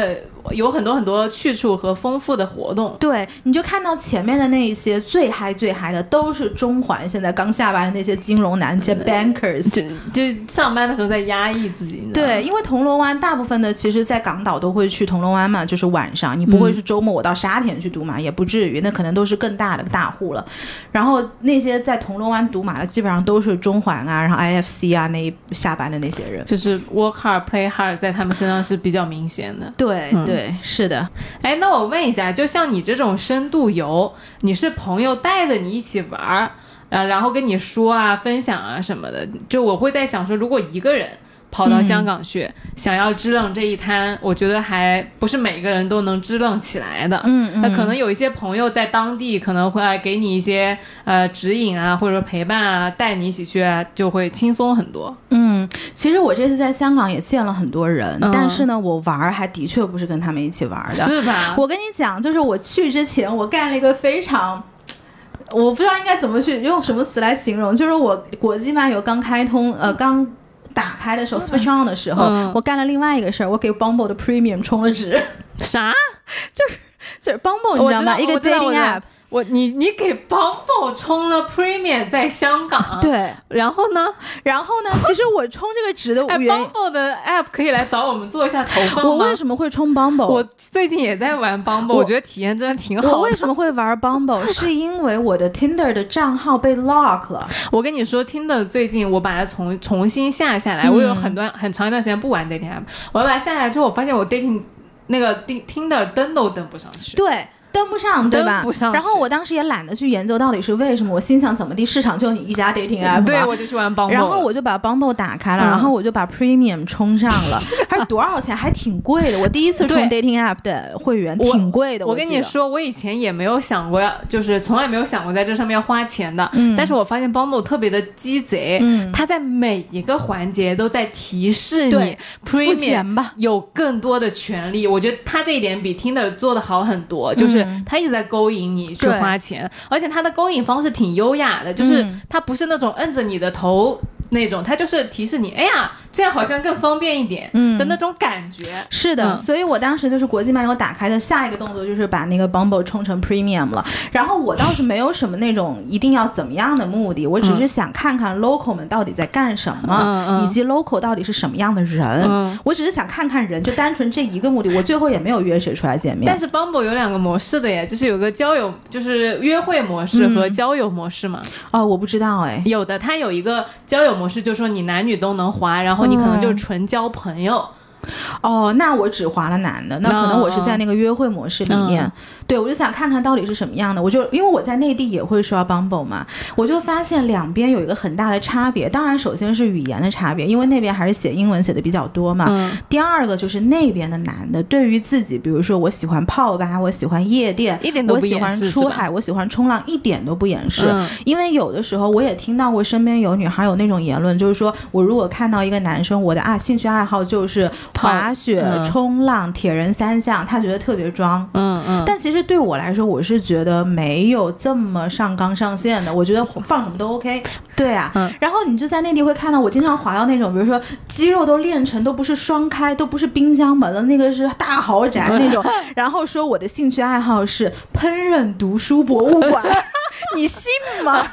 有很多很多去处和丰富的活动。 对，你就看到前面的那一些最嗨最嗨的都是中环现在刚下班的那些金融男，那些 bankers， 就就上班的时候在压抑自己。 对，因为铜锣湾大部分的其实在港岛都会去铜锣湾嘛，就是晚上，你不会是周末我到沙田去赌马、嗯、也不至于，那可能都是更大的大户了。然后那些在铜锣湾赌马的基本上都是中环啊，然后 I F C 啊那下班的那些人， 就是 work hard play hard 在他们身上是比较明显的。 对、嗯、对，是的。 哎，那我问一下，就像你这种深度游，你是朋友带着你一起玩，呃，然后跟你说啊分享啊什么的，就我会在想说，如果一个人跑到香港去、嗯、想要支棱这一摊，我觉得还不是每个人都能支棱起来的。 嗯嗯， 那可能有一些朋友在当地可能会给你一些呃指引啊，或者说陪伴啊，带你一起去啊，就会轻松很多。 嗯，其实我这次在香港也见了很多人、嗯、但是呢我玩还的确不是跟他们一起玩的， 是吧？ 我跟你讲，就是我去之前我干了一个非常，我不知道应该怎么去用什么词来形容，就是我国际漫游刚开通呃刚打开的时候 switch on 的时候、嗯、我干了另外一个事儿，我给 Bumble 的 premium 充了值。 啥？ 就是就是 Bumble 你知道吗？一个 dating app。 我你你给 Bumble 充了 premium 在香港， 对， 然后呢？ 然后呢？其实我充这个值的原因、 哎、，Bumble 的 app 可以来找我们做一下投放吗？ 我为什么会充 Bumble？ 我最近也在玩 Bumble， 我, 我觉得体验真的挺好的。 我为什么会玩 Bumble？ 是因为我的 Tinder 的账号被 lock 了。 我跟你说 ，Tinder 最近我把它重重新下下来，嗯、我有很段很长一段时间不玩 dating app， 我把它下来之后，我发现我 dating 那个 Tinder 登都登不上去。 对。登不上，对吧？ 登不上。 然后我当时也懒得去研究到底是为什么，我心想怎么地，市场就你一家 dating app 嘛， 对，我就去玩 Bumble， 然后我就把 Bumble 打开了、嗯，然后我就把 premium 充上了，还是多少钱？还挺贵的。我第一次充 dating app 的会员，挺贵的。 我, 我跟你说，我以前也没有想过要，就是从来没有想过在这上面要花钱的。嗯。但是我发现 Bumble 特别的鸡贼，嗯，它在每一个环节都在提示你 premium 有更多的权利。我觉得它这一点比 Tinder 做的好很多，就是它一直在勾。勾引你去花钱，而且他的勾引方式挺优雅的，就是他不是那种摁着你的头那种，他就是提示你，哎呀，这样好像更方便一点的那种感觉。 嗯、是的、嗯，所以我当时就是国际漫游打开的下一个动作就是把那个 Bumble 充成 Premium 了。然后我倒是没有什么那种一定要怎么样的目的，我只是想看看 local 们到底在干什么，嗯、以及 local 到底是什么样的人、嗯。我只是想看看人，就单纯这一个目的。我最后也没有约谁出来见面。 但是 Bumble 有两个模式的耶，就是有个交友，就是约会模式和交友模式嘛。 嗯、哦，我不知道哎。 有的，它有一个交友模式，就是说你男女都能滑，然后你可能就是纯交朋友。嗯哦，那我只滑了男的，那可能我是在那个约会模式里面。嗯、对，我就想看看到底是什么样的。我就因为我在内地也会刷 Bumble 嘛，我就发现两边有一个很大的差别。当然，首先是语言的差别，因为那边还是写英文写的比较多嘛。嗯、第二个就是那边的男的对于自己，比如说我喜欢泡吧，我喜欢夜店， 一点都不掩饰， 我喜欢出海，我喜欢冲浪，一点都不掩饰。嗯、因为有的时候我也听到过身边有女孩有那种言论，就是说我如果看到一个男生，我的爱兴趣爱好就是滑雪、嗯、冲浪、铁人三项，他觉得特别装。嗯嗯。但其实对我来说，我是觉得没有这么上纲上线的。我觉得放什么都 OK。对啊。嗯。然后你就在内地会看到，我经常滑到那种，比如说肌肉都练成，都不是双开，都不是冰箱门了，那个是大豪宅那种。然后说我的兴趣爱好是烹饪、读书、博物馆，你信吗？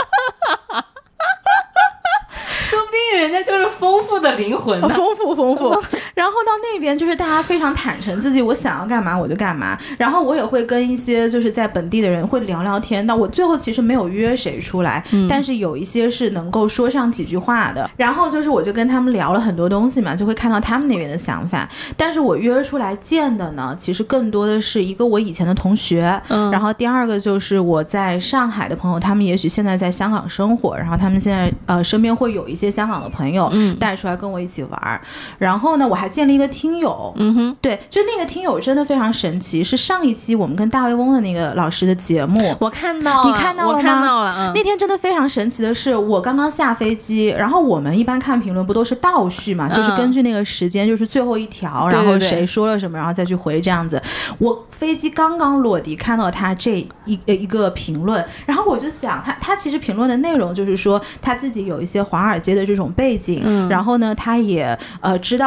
说不定人家就是丰富的灵魂、啊哦、丰富丰富然后到那边就是大家非常坦诚自己，我想要干嘛我就干嘛。然后我也会跟一些就是在本地的人会聊聊天，到我最后其实没有约谁出来、嗯、但是有一些是能够说上几句话的。然后就是我就跟他们聊了很多东西嘛，就会看到他们那边的想法。但是我约出来见的呢，其实更多的是一个我以前的同学、嗯、然后第二个就是我在上海的朋友，他们也许现在在香港生活，然后他们现在呃身边会有一些香港的朋友带出来跟我一起玩、嗯、然后呢我还见了一个听友。嗯哼，对，就那个听友真的非常神奇，是上一期我们跟大卫翁的那个老师的节目， 我看到了， 你看到了吗？ 我看到了、嗯、 那天真的非常神奇的是，我刚刚下飞机，然后我们一般看评论不都是倒叙嘛、嗯、就是根据那个时间，就是最后一条、嗯、然后谁说了什么然后再去回这样子。我飞机刚刚落地看到他这一一个评论，然后我就想他他其实评论的内容就是说他自己有一些华尔街的这种背景、嗯、然后呢他也呃知道这一路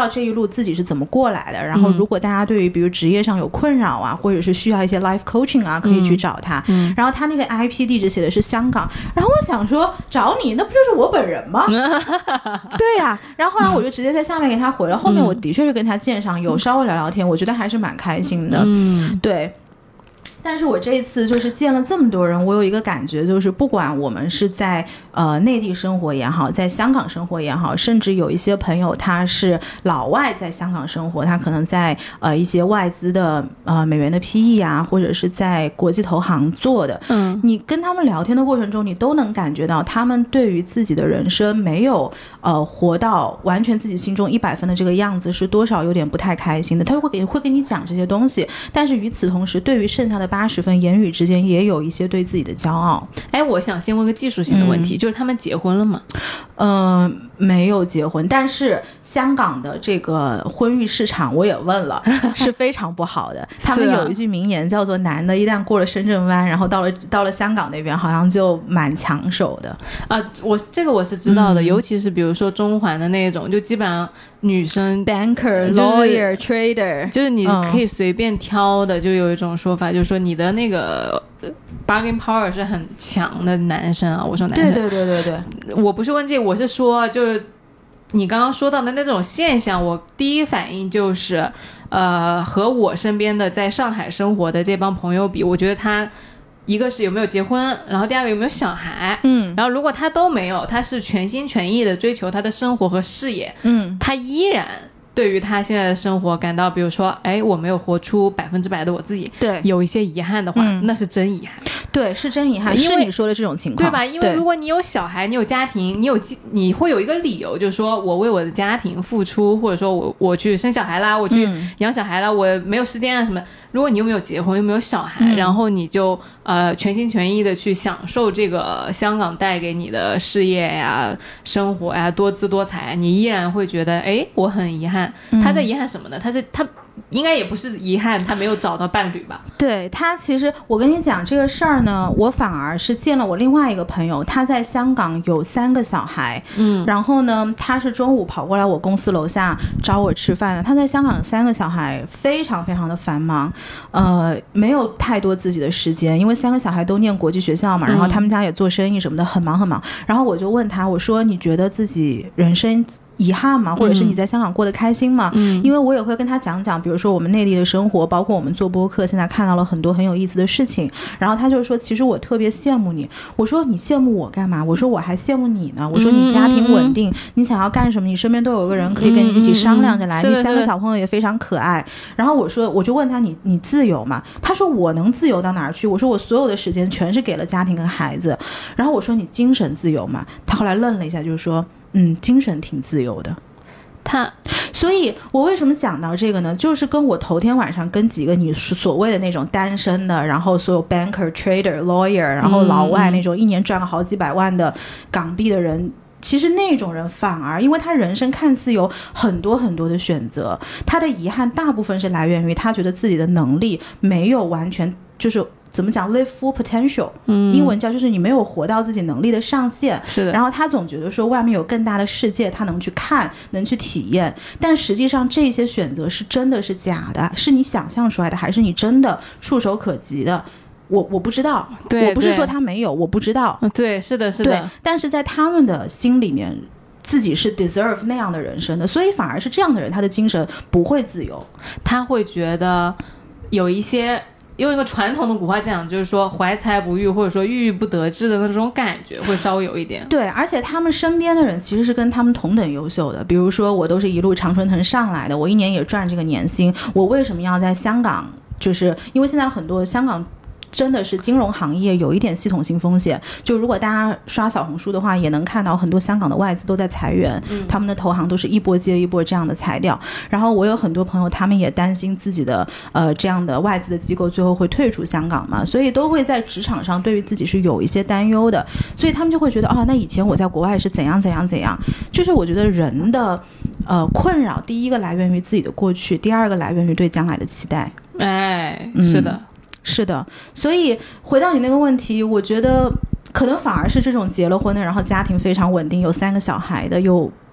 路自己是怎么过来的，然后如果大家对于比如职业上有困扰啊，或者是需要一些 life coaching 啊，可以去找他、嗯、然后他那个 I P 地址写的是香港，然后我想说找你那不就是我本人吗对呀、啊，然后后来我就直接在下面给他回了，后面我的确是跟他见上有稍微聊聊天，我觉得还是蛮开心的。嗯，对。但是我这一次就是见了这么多人，我有一个感觉，就是不管我们是在呃内地生活也好，在香港生活也好，甚至有一些朋友他是老外在香港生活，他可能在呃一些外资的呃美元的 P E 啊，或者是在国际投行做的，嗯，你跟他们聊天的过程中，你都能感觉到他们对于自己的人生没有呃活到完全自己心中一百分的这个样子，是多少有点不太开心的。他会给会跟你讲这些东西，但是与此同时，对于剩下的八十分言语之间也有一些对自己的骄傲。 哎，我想先问个技术性的问题、嗯、就是他们结婚了吗？ 呃，没有结婚，但是香港的这个婚育市场我也问了是非常不好的他们有一句名言叫做男的一旦过了深圳湾，然后到了到了香港那边好像就蛮抢手的啊、呃，我这个我是知道的、嗯、尤其是比如说中环的那种，就基本上女生 banker、 就是、 lawyer trader 就是你可以随便挑的、嗯、就有一种说法就是说你的那个bargain power 是很强的男生啊，我说男生对对对对对， 我不是问这个，我是说就是你刚刚说到的那种现象，我第一反应就是呃，和我身边的在上海生活的这帮朋友比，我觉得他一个是有没有结婚，然后第二个有没有小孩，嗯，然后如果他都没有，他是全心全意的追求他的生活和事业，嗯，他依然对于他现在的生活感到比如说哎，我没有活出百分之百的我自己， 对， 有一些遗憾的话、嗯、那是真遗憾， 对，是真遗憾，是你说的这种情况， 对吧？因为如果你有小孩，你有家庭，你有你会有一个理由，就是说我为我的家庭付出，或者说我我去生小孩啦，我去养小孩啦、嗯、我没有时间啊什么。如果你又没有结婚又没有小孩、嗯、然后你就呃全心全意的去享受这个香港带给你的事业呀生活呀多姿多彩，你依然会觉得哎我很遗憾、嗯、他在遗憾什么呢？他是他应该也不是遗憾他没有找到伴侣吧。 对，他其实我跟你讲这个事儿呢，我反而是见了我另外一个朋友，他在香港有三个小孩，嗯，然后呢他是中午跑过来我公司楼下找我吃饭的，他在香港三个小孩非常非常的繁忙，呃，没有太多自己的时间，因为三个小孩都念国际学校嘛，然后他们家也做生意什么的，很忙很忙。然后我就问他，我说你觉得自己人生遗憾吗？或者是你在香港过得开心吗？嗯，因为我也会跟他讲讲，比如说我们内地的生活，包括我们做播客，现在看到了很多很有意思的事情。然后他就说，其实我特别羡慕你。我说你羡慕我干嘛？我说我还羡慕你呢。我说你家庭稳定，嗯、你想要干什么，你身边都有个人可以跟你一起商量着来。嗯、你三个小朋友也非常可爱。然后我说，我就问他，你你自由吗？他说我能自由到哪儿去？我说我所有的时间全是给了家庭跟孩子。然后我说你精神自由吗？他后来愣了一下，就是说。嗯，精神挺自由的。 他， 所以我为什么讲到这个呢？就是跟我头天晚上跟几个你所谓的那种单身的，然后所有 banker、trader、lawyer， 然后老外那种一年赚个好几百万的港币的人。其实那种人反而因为他人生看似有很多很多的选择，他的遗憾大部分是来源于他觉得自己的能力没有完全就是怎么讲 live full potential、嗯、英文叫就是你没有活到自己能力的上限， 是的。 然后他总觉得说外面有更大的世界他能去看能去体验，但实际上这些选择是真的是假的，是你想象出来的还是你真的触手可及的，我我不知道， 对， 我不是说他没有，我不知道， 对，是的是的， 对，但是在他们的心里面自己是 deserve 那样的人生的，所以反而是这样的人他的精神不会自由， 他会觉得有一些用一个传统的古话讲就是说怀才不遇或者说郁郁不得志的那种感觉会稍微有一点， 对，而且他们身边的人其实是跟他们同等优秀的，比如说我都是一路常春藤上来的，我一年也赚这个年薪，我为什么要在香港，就是因为现在很多香港真的是金融行业有一点系统性风险，就如果大家刷小红书的话也能看到很多香港的外资都在裁员、嗯、他们的投行都是一波接一波这样的裁掉，然后我有很多朋友他们也担心自己的呃这样的外资的机构最后会退出香港嘛，所以都会在职场上对于自己是有一些担忧的，所以他们就会觉得啊，那以前我在国外是怎样怎样怎样，就是我觉得人的呃困扰第一个来源于自己的过去，第二个来源于对将来的期待， 哎，是的、嗯是的，所以回到你那个问题，我觉得可能反而是这种结了婚的，然后家庭非常稳定，有三个小孩的，有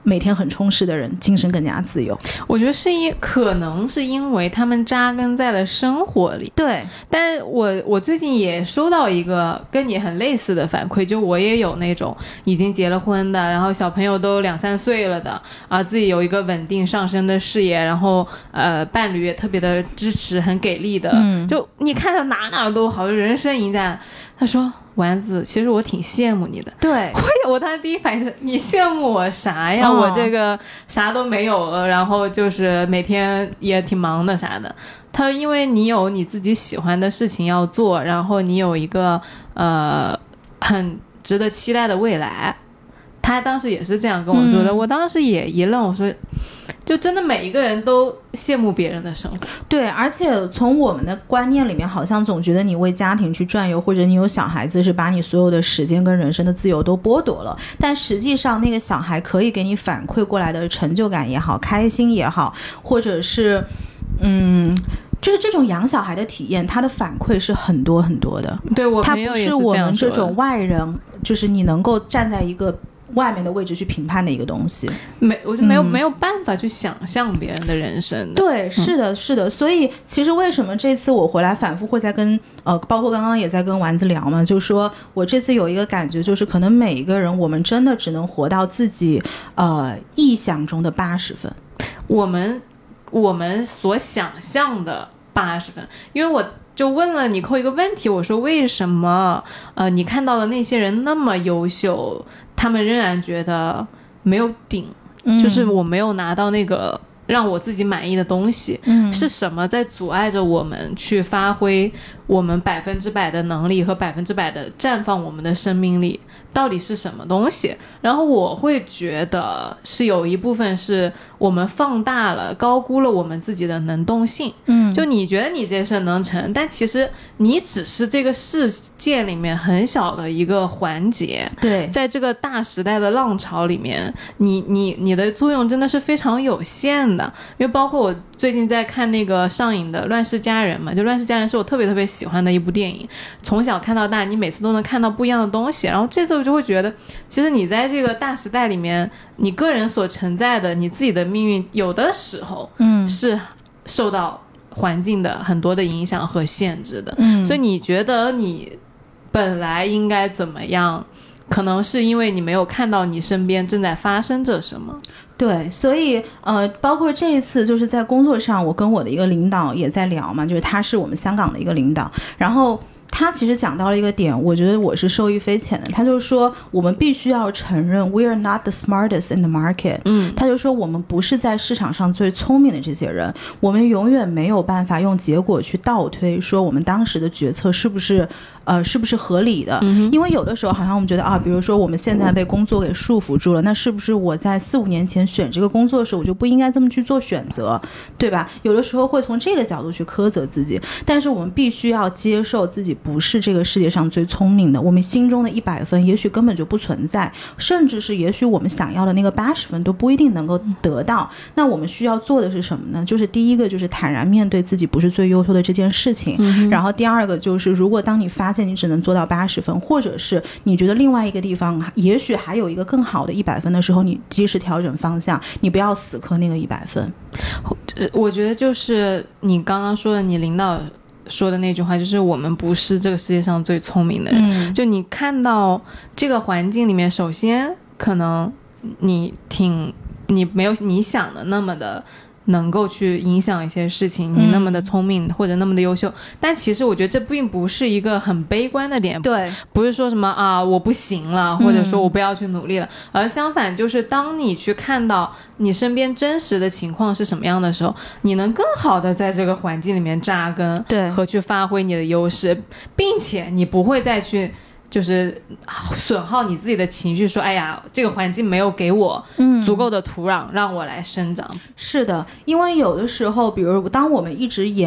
每天很充实的人精神更加自由。 我觉得是因可能是因为他们扎根在了生活里。 对， 但我我最近也收到一个跟你很类似的反馈，就我也有那种已经结了婚的，然后小朋友都两三岁了的啊，自己有一个稳定上升的事业，然后呃伴侣也特别的支持很给力的、嗯、就你看他哪哪都好，人生赢家。他说丸子，其实我挺羡慕你的。 对， 我我当时第一反应是你羡慕我啥呀、哦、我这个啥都没有了，然后就是每天也挺忙的啥的。他说因为你有你自己喜欢的事情要做，然后你有一个呃很值得期待的未来。他当时也是这样跟我说的、嗯、我当时也一愣，我说就真的每一个人都羡慕别人的生活。 对，而且从我们的观念里面好像总觉得你为家庭去转悠，或者你有小孩子是把你所有的时间跟人生的自由都剥夺了，但实际上那个小孩可以给你反馈过来的成就感也好，开心也好，或者是嗯就是这种养小孩的体验，它的反馈是很多很多的。 对，我朋友也是这样说的。它不是我们这种外人，就是你能够站在一个外面的位置去评判的一个东西。 没，我就没有、嗯、没有办法去想象别人的人生。 对，是的是的、嗯、所以其实为什么这次我回来反复会在跟呃，包括刚刚也在跟丸子聊嘛，就是说我这次有一个感觉，就是可能每一个人我们真的只能活到自己呃臆想中的八十分， 我们我们所想象的八十分。因为我就问了你扣一个问题，我说为什么呃你看到的那些人那么优秀，他们仍然觉得没有顶、嗯、就是我没有拿到那个让我自己满意的东西、嗯、是什么在阻碍着我们去发挥我们百分之百的能力和百分之百的绽放我们的生命力，到底是什么东西。然后我会觉得是有一部分是我们放大了高估了我们自己的能动性。嗯，就你觉得你这事能成，但其实你只是这个世界里面很小的一个环节。 对， 在这个大时代的浪潮里面，你你你的作用真的是非常有限的。因为包括我最近在看那个上映的《乱世佳人》嘛，就《乱世佳人》是我特别特别喜欢的一部电影，从小看到大，你每次都能看到不一样的东西。然后这次我就会觉得，其实你在这个大时代里面，你个人所承载的你自己的命运，有的时候嗯是受到环境的很多的影响和限制的。嗯，所以你觉得你本来应该怎么样，可能是因为你没有看到你身边正在发生着什么。 对，所以呃，包括这一次就是在工作上，我跟我的一个领导也在聊嘛，就是他是我们香港的一个领导，然后他其实讲到了一个点，我觉得我是受益匪浅的。他就说我们必须要承认 we are not the smartest in the market。 嗯，他就说我们不是在市场上最聪明的这些人，我们永远没有办法用结果去倒推说我们当时的决策是不是呃，是不是合理的、嗯、因为有的时候好像我们觉得啊，比如说我们现在被工作给束缚住了，那是不是我在四五年前选这个工作的时候我就不应该这么去做选择，对吧？有的时候会从这个角度去苛责自己，但是我们必须要接受自己不是这个世界上最聪明的，我们心中的一百分也许根本就不存在，甚至是也许我们想要的那个八十分都不一定能够得到。那我们需要做的是什么呢？就是第一个就是坦然面对自己不是最优秀的这件事情、嗯、然后第二个就是如果当你发现你只能做到八十分，或者是你觉得另外一个地方也许还有一个更好的一百分的时候，你及时调整方向，你不要死磕那个一百分。 我觉得就是你刚刚说的，你领导说的那句话，就是我们不是这个世界上最聪明的人、嗯、就你看到这个环境里面，首先可能你挺你没有你想的那么的能够去影响一些事情，你那么的聪明、嗯、或者那么的优秀，但其实我觉得这并不是一个很悲观的点。 对， 不是说什么啊我不行了，或者说我不要去努力了、嗯、而相反就是当你去看到你身边真实的情况是什么样的时候，你能更好的在这个环境里面扎根，对，和去发挥你的优势，并且你不会再去就是损耗你自己的情绪，说哎呀这个环境没有给我足够的土壤、嗯、让我来生长。 是的，因为有的时候比如当我们一直眼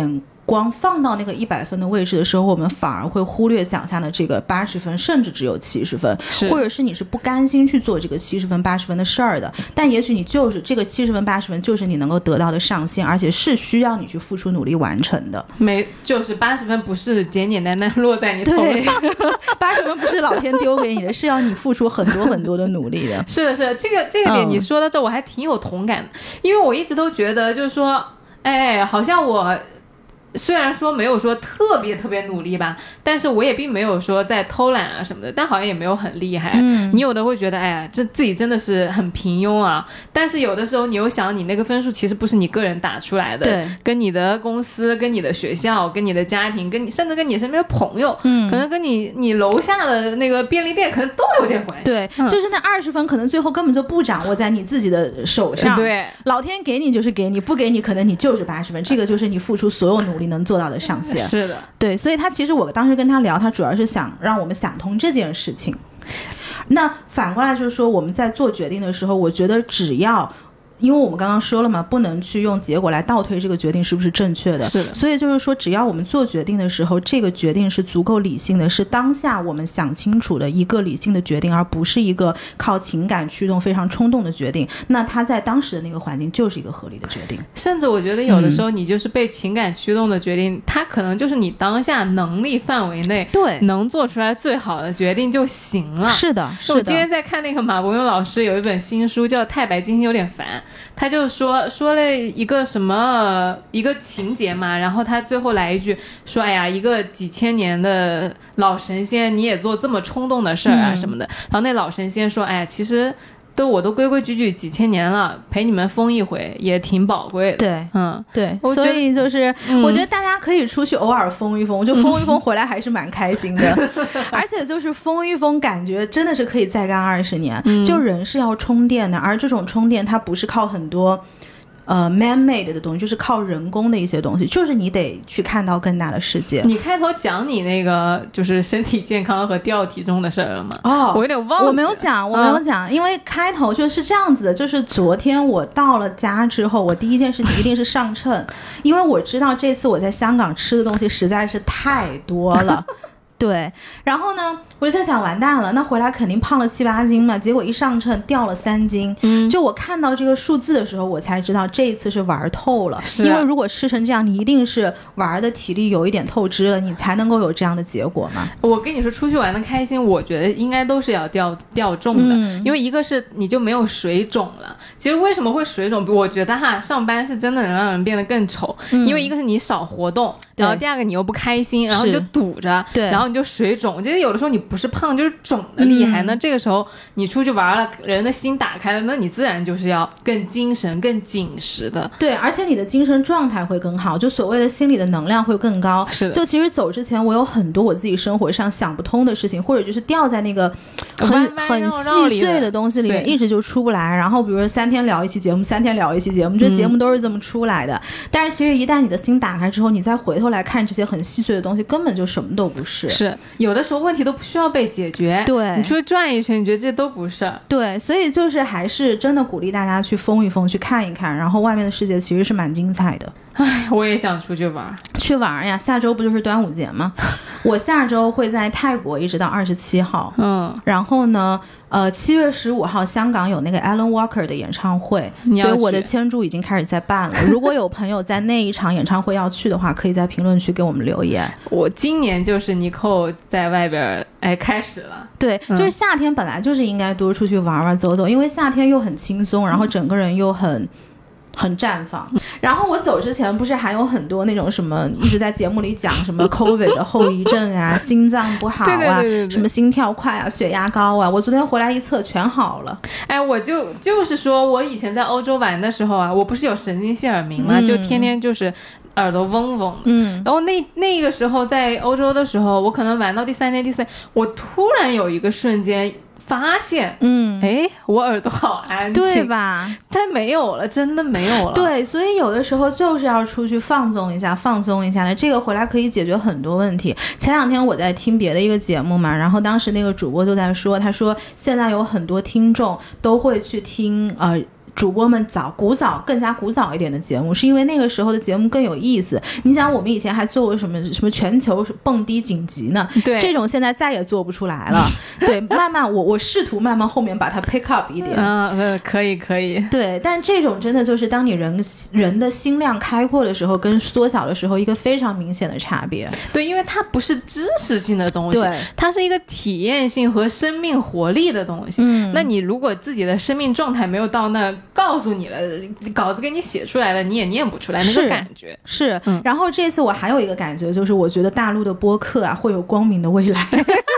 光放到那个一百分的位置的时候，我们反而会忽略脚下的这个八十分，甚至只有七十分，或者是你是不甘心去做这个七十分八十分的事儿的，但也许你就是这个七十分八十分就是你能够得到的上限，而且是需要你去付出努力完成的。 没，就是八十分不是简简单单落在你头上， 八十分不是老天丢给你的，是要你付出很多很多的努力的。 是的，是的，这个这个点你说到这我还挺有同感的，嗯、因为我一直都觉得就是说，哎，好像我。虽然说没有说特别特别努力吧，但是我也并没有说在偷懒啊什么的，但好像也没有很厉害。嗯，你有的会觉得，哎呀，这自己真的是很平庸啊。但是有的时候你又想，你那个分数其实不是你个人打出来的， 对， 跟你的公司、跟你的学校、跟你的家庭、跟你甚至跟你身边的朋友，嗯，可能跟你你楼下的那个便利店可能都有点关系。 对，嗯、就是那二十分可能最后根本就不掌握在你自己的手上。 对， 老天给你就是给你，不给你可能你就是八十分，这个就是你付出所有努力能做到的上限。 是的， 对，所以他其实我当时跟他聊，他主要是想让我们想通这件事情。那反过来就是说，我们在做决定的时候，我觉得只要。因为我们刚刚说了嘛，不能去用结果来倒推这个决定是不是正确的。 是的， 所以就是说，只要我们做决定的时候，这个决定是足够理性的，是当下我们想清楚的一个理性的决定，而不是一个靠情感驱动非常冲动的决定，那它在当时的那个环境就是一个合理的决定。 甚至我觉得有的时候你就是被情感驱动的决定，嗯、它可能就是你当下能力范围内对能做出来最好的决定就行了。 是的，是的。 我今天在看那个马伯庸老师有一本新书叫《太白金星有点烦》，他就说说了一个什么一个情节嘛，然后他最后来一句说，哎呀，一个几千年的老神仙你也做这么冲动的事儿啊什么的、嗯、然后那老神仙说，哎呀，其实都我都规规矩矩几千年了，陪你们疯一回也挺宝贵的。 对， 嗯， 对，所以就是、嗯、我觉得大家可以出去偶尔疯一疯，我就疯一疯回来还是蛮开心的、嗯、而且就是疯一疯感觉真的是可以再干二十年、嗯、就人是要充电的，而这种充电它不是靠很多呃 man-made 的东西，就是靠人工的一些东西，就是你得去看到更大的世界。 你开头讲你那个就是身体健康和掉体重的事了吗？ 哦， 我有点忘了。 我没有讲，我没有讲、嗯、因为开头就是这样子的，就是昨天我到了家之后，我第一件事情一定是上秤，因为我知道这次我在香港吃的东西实在是太多了。对，然后呢我就在想完蛋了，那回来肯定胖了七八斤嘛，结果一上秤掉了三斤、嗯、就我看到这个数字的时候我才知道这一次是玩透了，是、啊、因为如果吃成这样你一定是玩的体力有一点透支了，你才能够有这样的结果嘛。 我跟你说出去玩的开心，我觉得应该都是要掉掉重的、嗯、因为一个是你就没有水肿了，其实为什么会水肿，我觉得哈上班是真的能让人变得更丑、嗯、因为一个是你少活动，然后第二个你又不开心，然后你就堵着，对，然后你就水肿，我觉得有的时候你不是胖就是肿的厉害、嗯、那这个时候你出去玩了，人的心打开了，那你自然就是要更精神更紧实的。 对，而且你的精神状态会更好，就所谓的心理的能量会更高。 是的， 就其实走之前我有很多我自己生活上想不通的事情，或者就是掉在那个很弯弯很细碎的东西里面一直就出不来，然后比如说三天聊一期节目三天聊一期节目，这节目都是这么出来的、嗯、但是其实一旦你的心打开之后，你再回头来看这些很细碎的东西根本就什么都不是。 是，有的时候问题都不需要被解决， 对， 你出去转一圈你觉得这都不是。 对，所以就是还是真的鼓励大家去疯一疯，去看一看，然后外面的世界其实是蛮精彩的。 唉，我也想出去玩去玩呀，下周不就是端午节吗？我下周会在泰国一直到二十七号，嗯，然后呢呃，七月十五号香港有那个 Alan Walker 的演唱会，所以我的签注已经开始在办了。如果有朋友在那一场演唱会要去的话，可以在评论区给我们留言。 我今年就是尼寇在外边哎开始了。 对，就是夏天本来就是应该多出去玩玩走走，因为夏天又很轻松，然后整个人又很很绽放。然后我走之前不是还有很多那种什么一直在节目里讲什么 COVID 的后遗症啊心脏不好啊， 对对对对对， 什么心跳快啊血压高啊，我昨天回来一测全好了。 哎，我就就是说我以前在欧洲玩的时候啊，我不是有神经性耳鸣吗、嗯、就天天就是耳朵嗡嗡，嗯，然后那那个时候在欧洲的时候，我可能玩到第三天第四天，我突然有一个瞬间发现，嗯，哎，我耳朵好安静， 对吧？ 但没有了，真的没有了。 对，所以有的时候就是要出去放纵一下，放松一下的，这个回来可以解决很多问题。前两天我在听别的一个节目嘛，然后当时那个主播就在说，他说现在有很多听众都会去听呃。 主播们早古早更加古早一点的节目，是因为那个时候的节目更有意思。你想我们以前还做过什么什么全球蹦迪紧急呢？ 对， 这种现在再也做不出来了。对，慢慢我我试图慢慢后面把它 pick up 一点。 嗯、呃，可以可以。 对，但这种真的就是当你人人的心量开阔的时候跟缩小的时候一个非常明显的差别。 对，因为它不是知识性的东西， 对， 它是一个体验性和生命活力的东西。嗯，那你如果自己的生命状态没有到那，告诉你了，稿子给你写出来了，你也念不出来那个感觉。 是，是嗯、然后这次我还有一个感觉，就是我觉得大陆的播客啊会有光明的未来。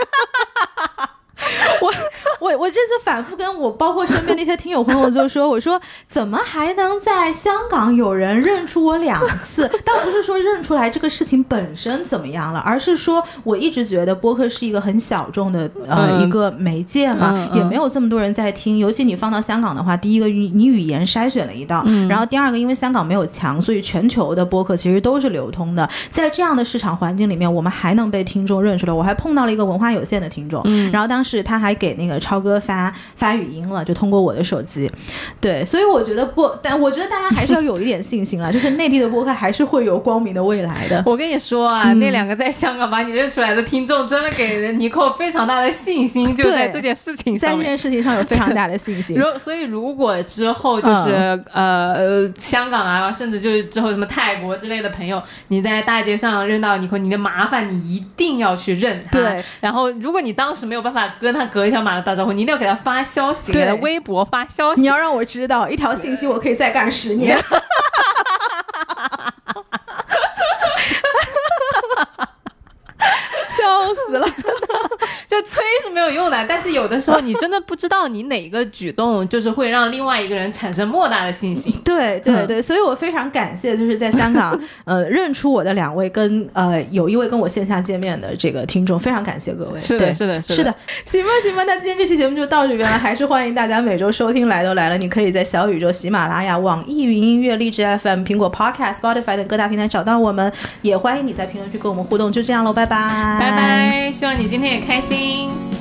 我我我这次反复跟我包括身边那些听友朋友就说，我说怎么还能在香港有人认出我两次？倒不是说认出来这个事情本身怎么样了，而是说我一直觉得播客是一个很小众的呃、嗯、一个媒介嘛、嗯嗯，也没有这么多人在听。尤其你放到香港的话，第一个你语言筛选了一道、嗯，然后第二个因为香港没有墙，所以全球的播客其实都是流通的。在这样的市场环境里面，我们还能被听众认出来。我还碰到了一个文化有限的听众，嗯、然后当时他还给那个超哥发发语音了，就通过我的手机。对，所以我觉得播，但我觉得大家还是要有一点信心了，就是内地的播客还是会有光明的未来的。 我跟你说啊、嗯，那两个在香港把你认出来的听众，真的给人尼寇非常大的信心，就在这件事情上面， 在这件事情上有非常大的信心。 所以如果之后就是、嗯、呃香港啊，甚至就是之后什么泰国之类的朋友，你在大街上认到尼寇，你的麻烦你一定要去认他。 对， 然后如果你当时没有办法跟他隔一条马路打招呼，你一定要给他发消息，给他微博发消息。 你要让我知道一条信息我可以再干十年。笑死了，真的。 就催是没有用的，但是有的时候你真的不知道你哪个举动就是会让另外一个人产生莫大的信心。 对对对、嗯、所以我非常感谢就是在香港呃认出我的两位跟呃有一位跟我线下见面的这个听众，非常感谢各位。 是的是的是的是的，行吧行吧，那今天这期节目就到这边了，还是欢迎大家每周收听来都来了。你可以在小宇宙、喜马拉雅、网易云音乐、荔枝 F M、 苹果 Podcast、Spotify 等各大平台找到我们，也欢迎你在评论区跟我们互动。就这样咯，拜拜拜拜，希望你今天也开心。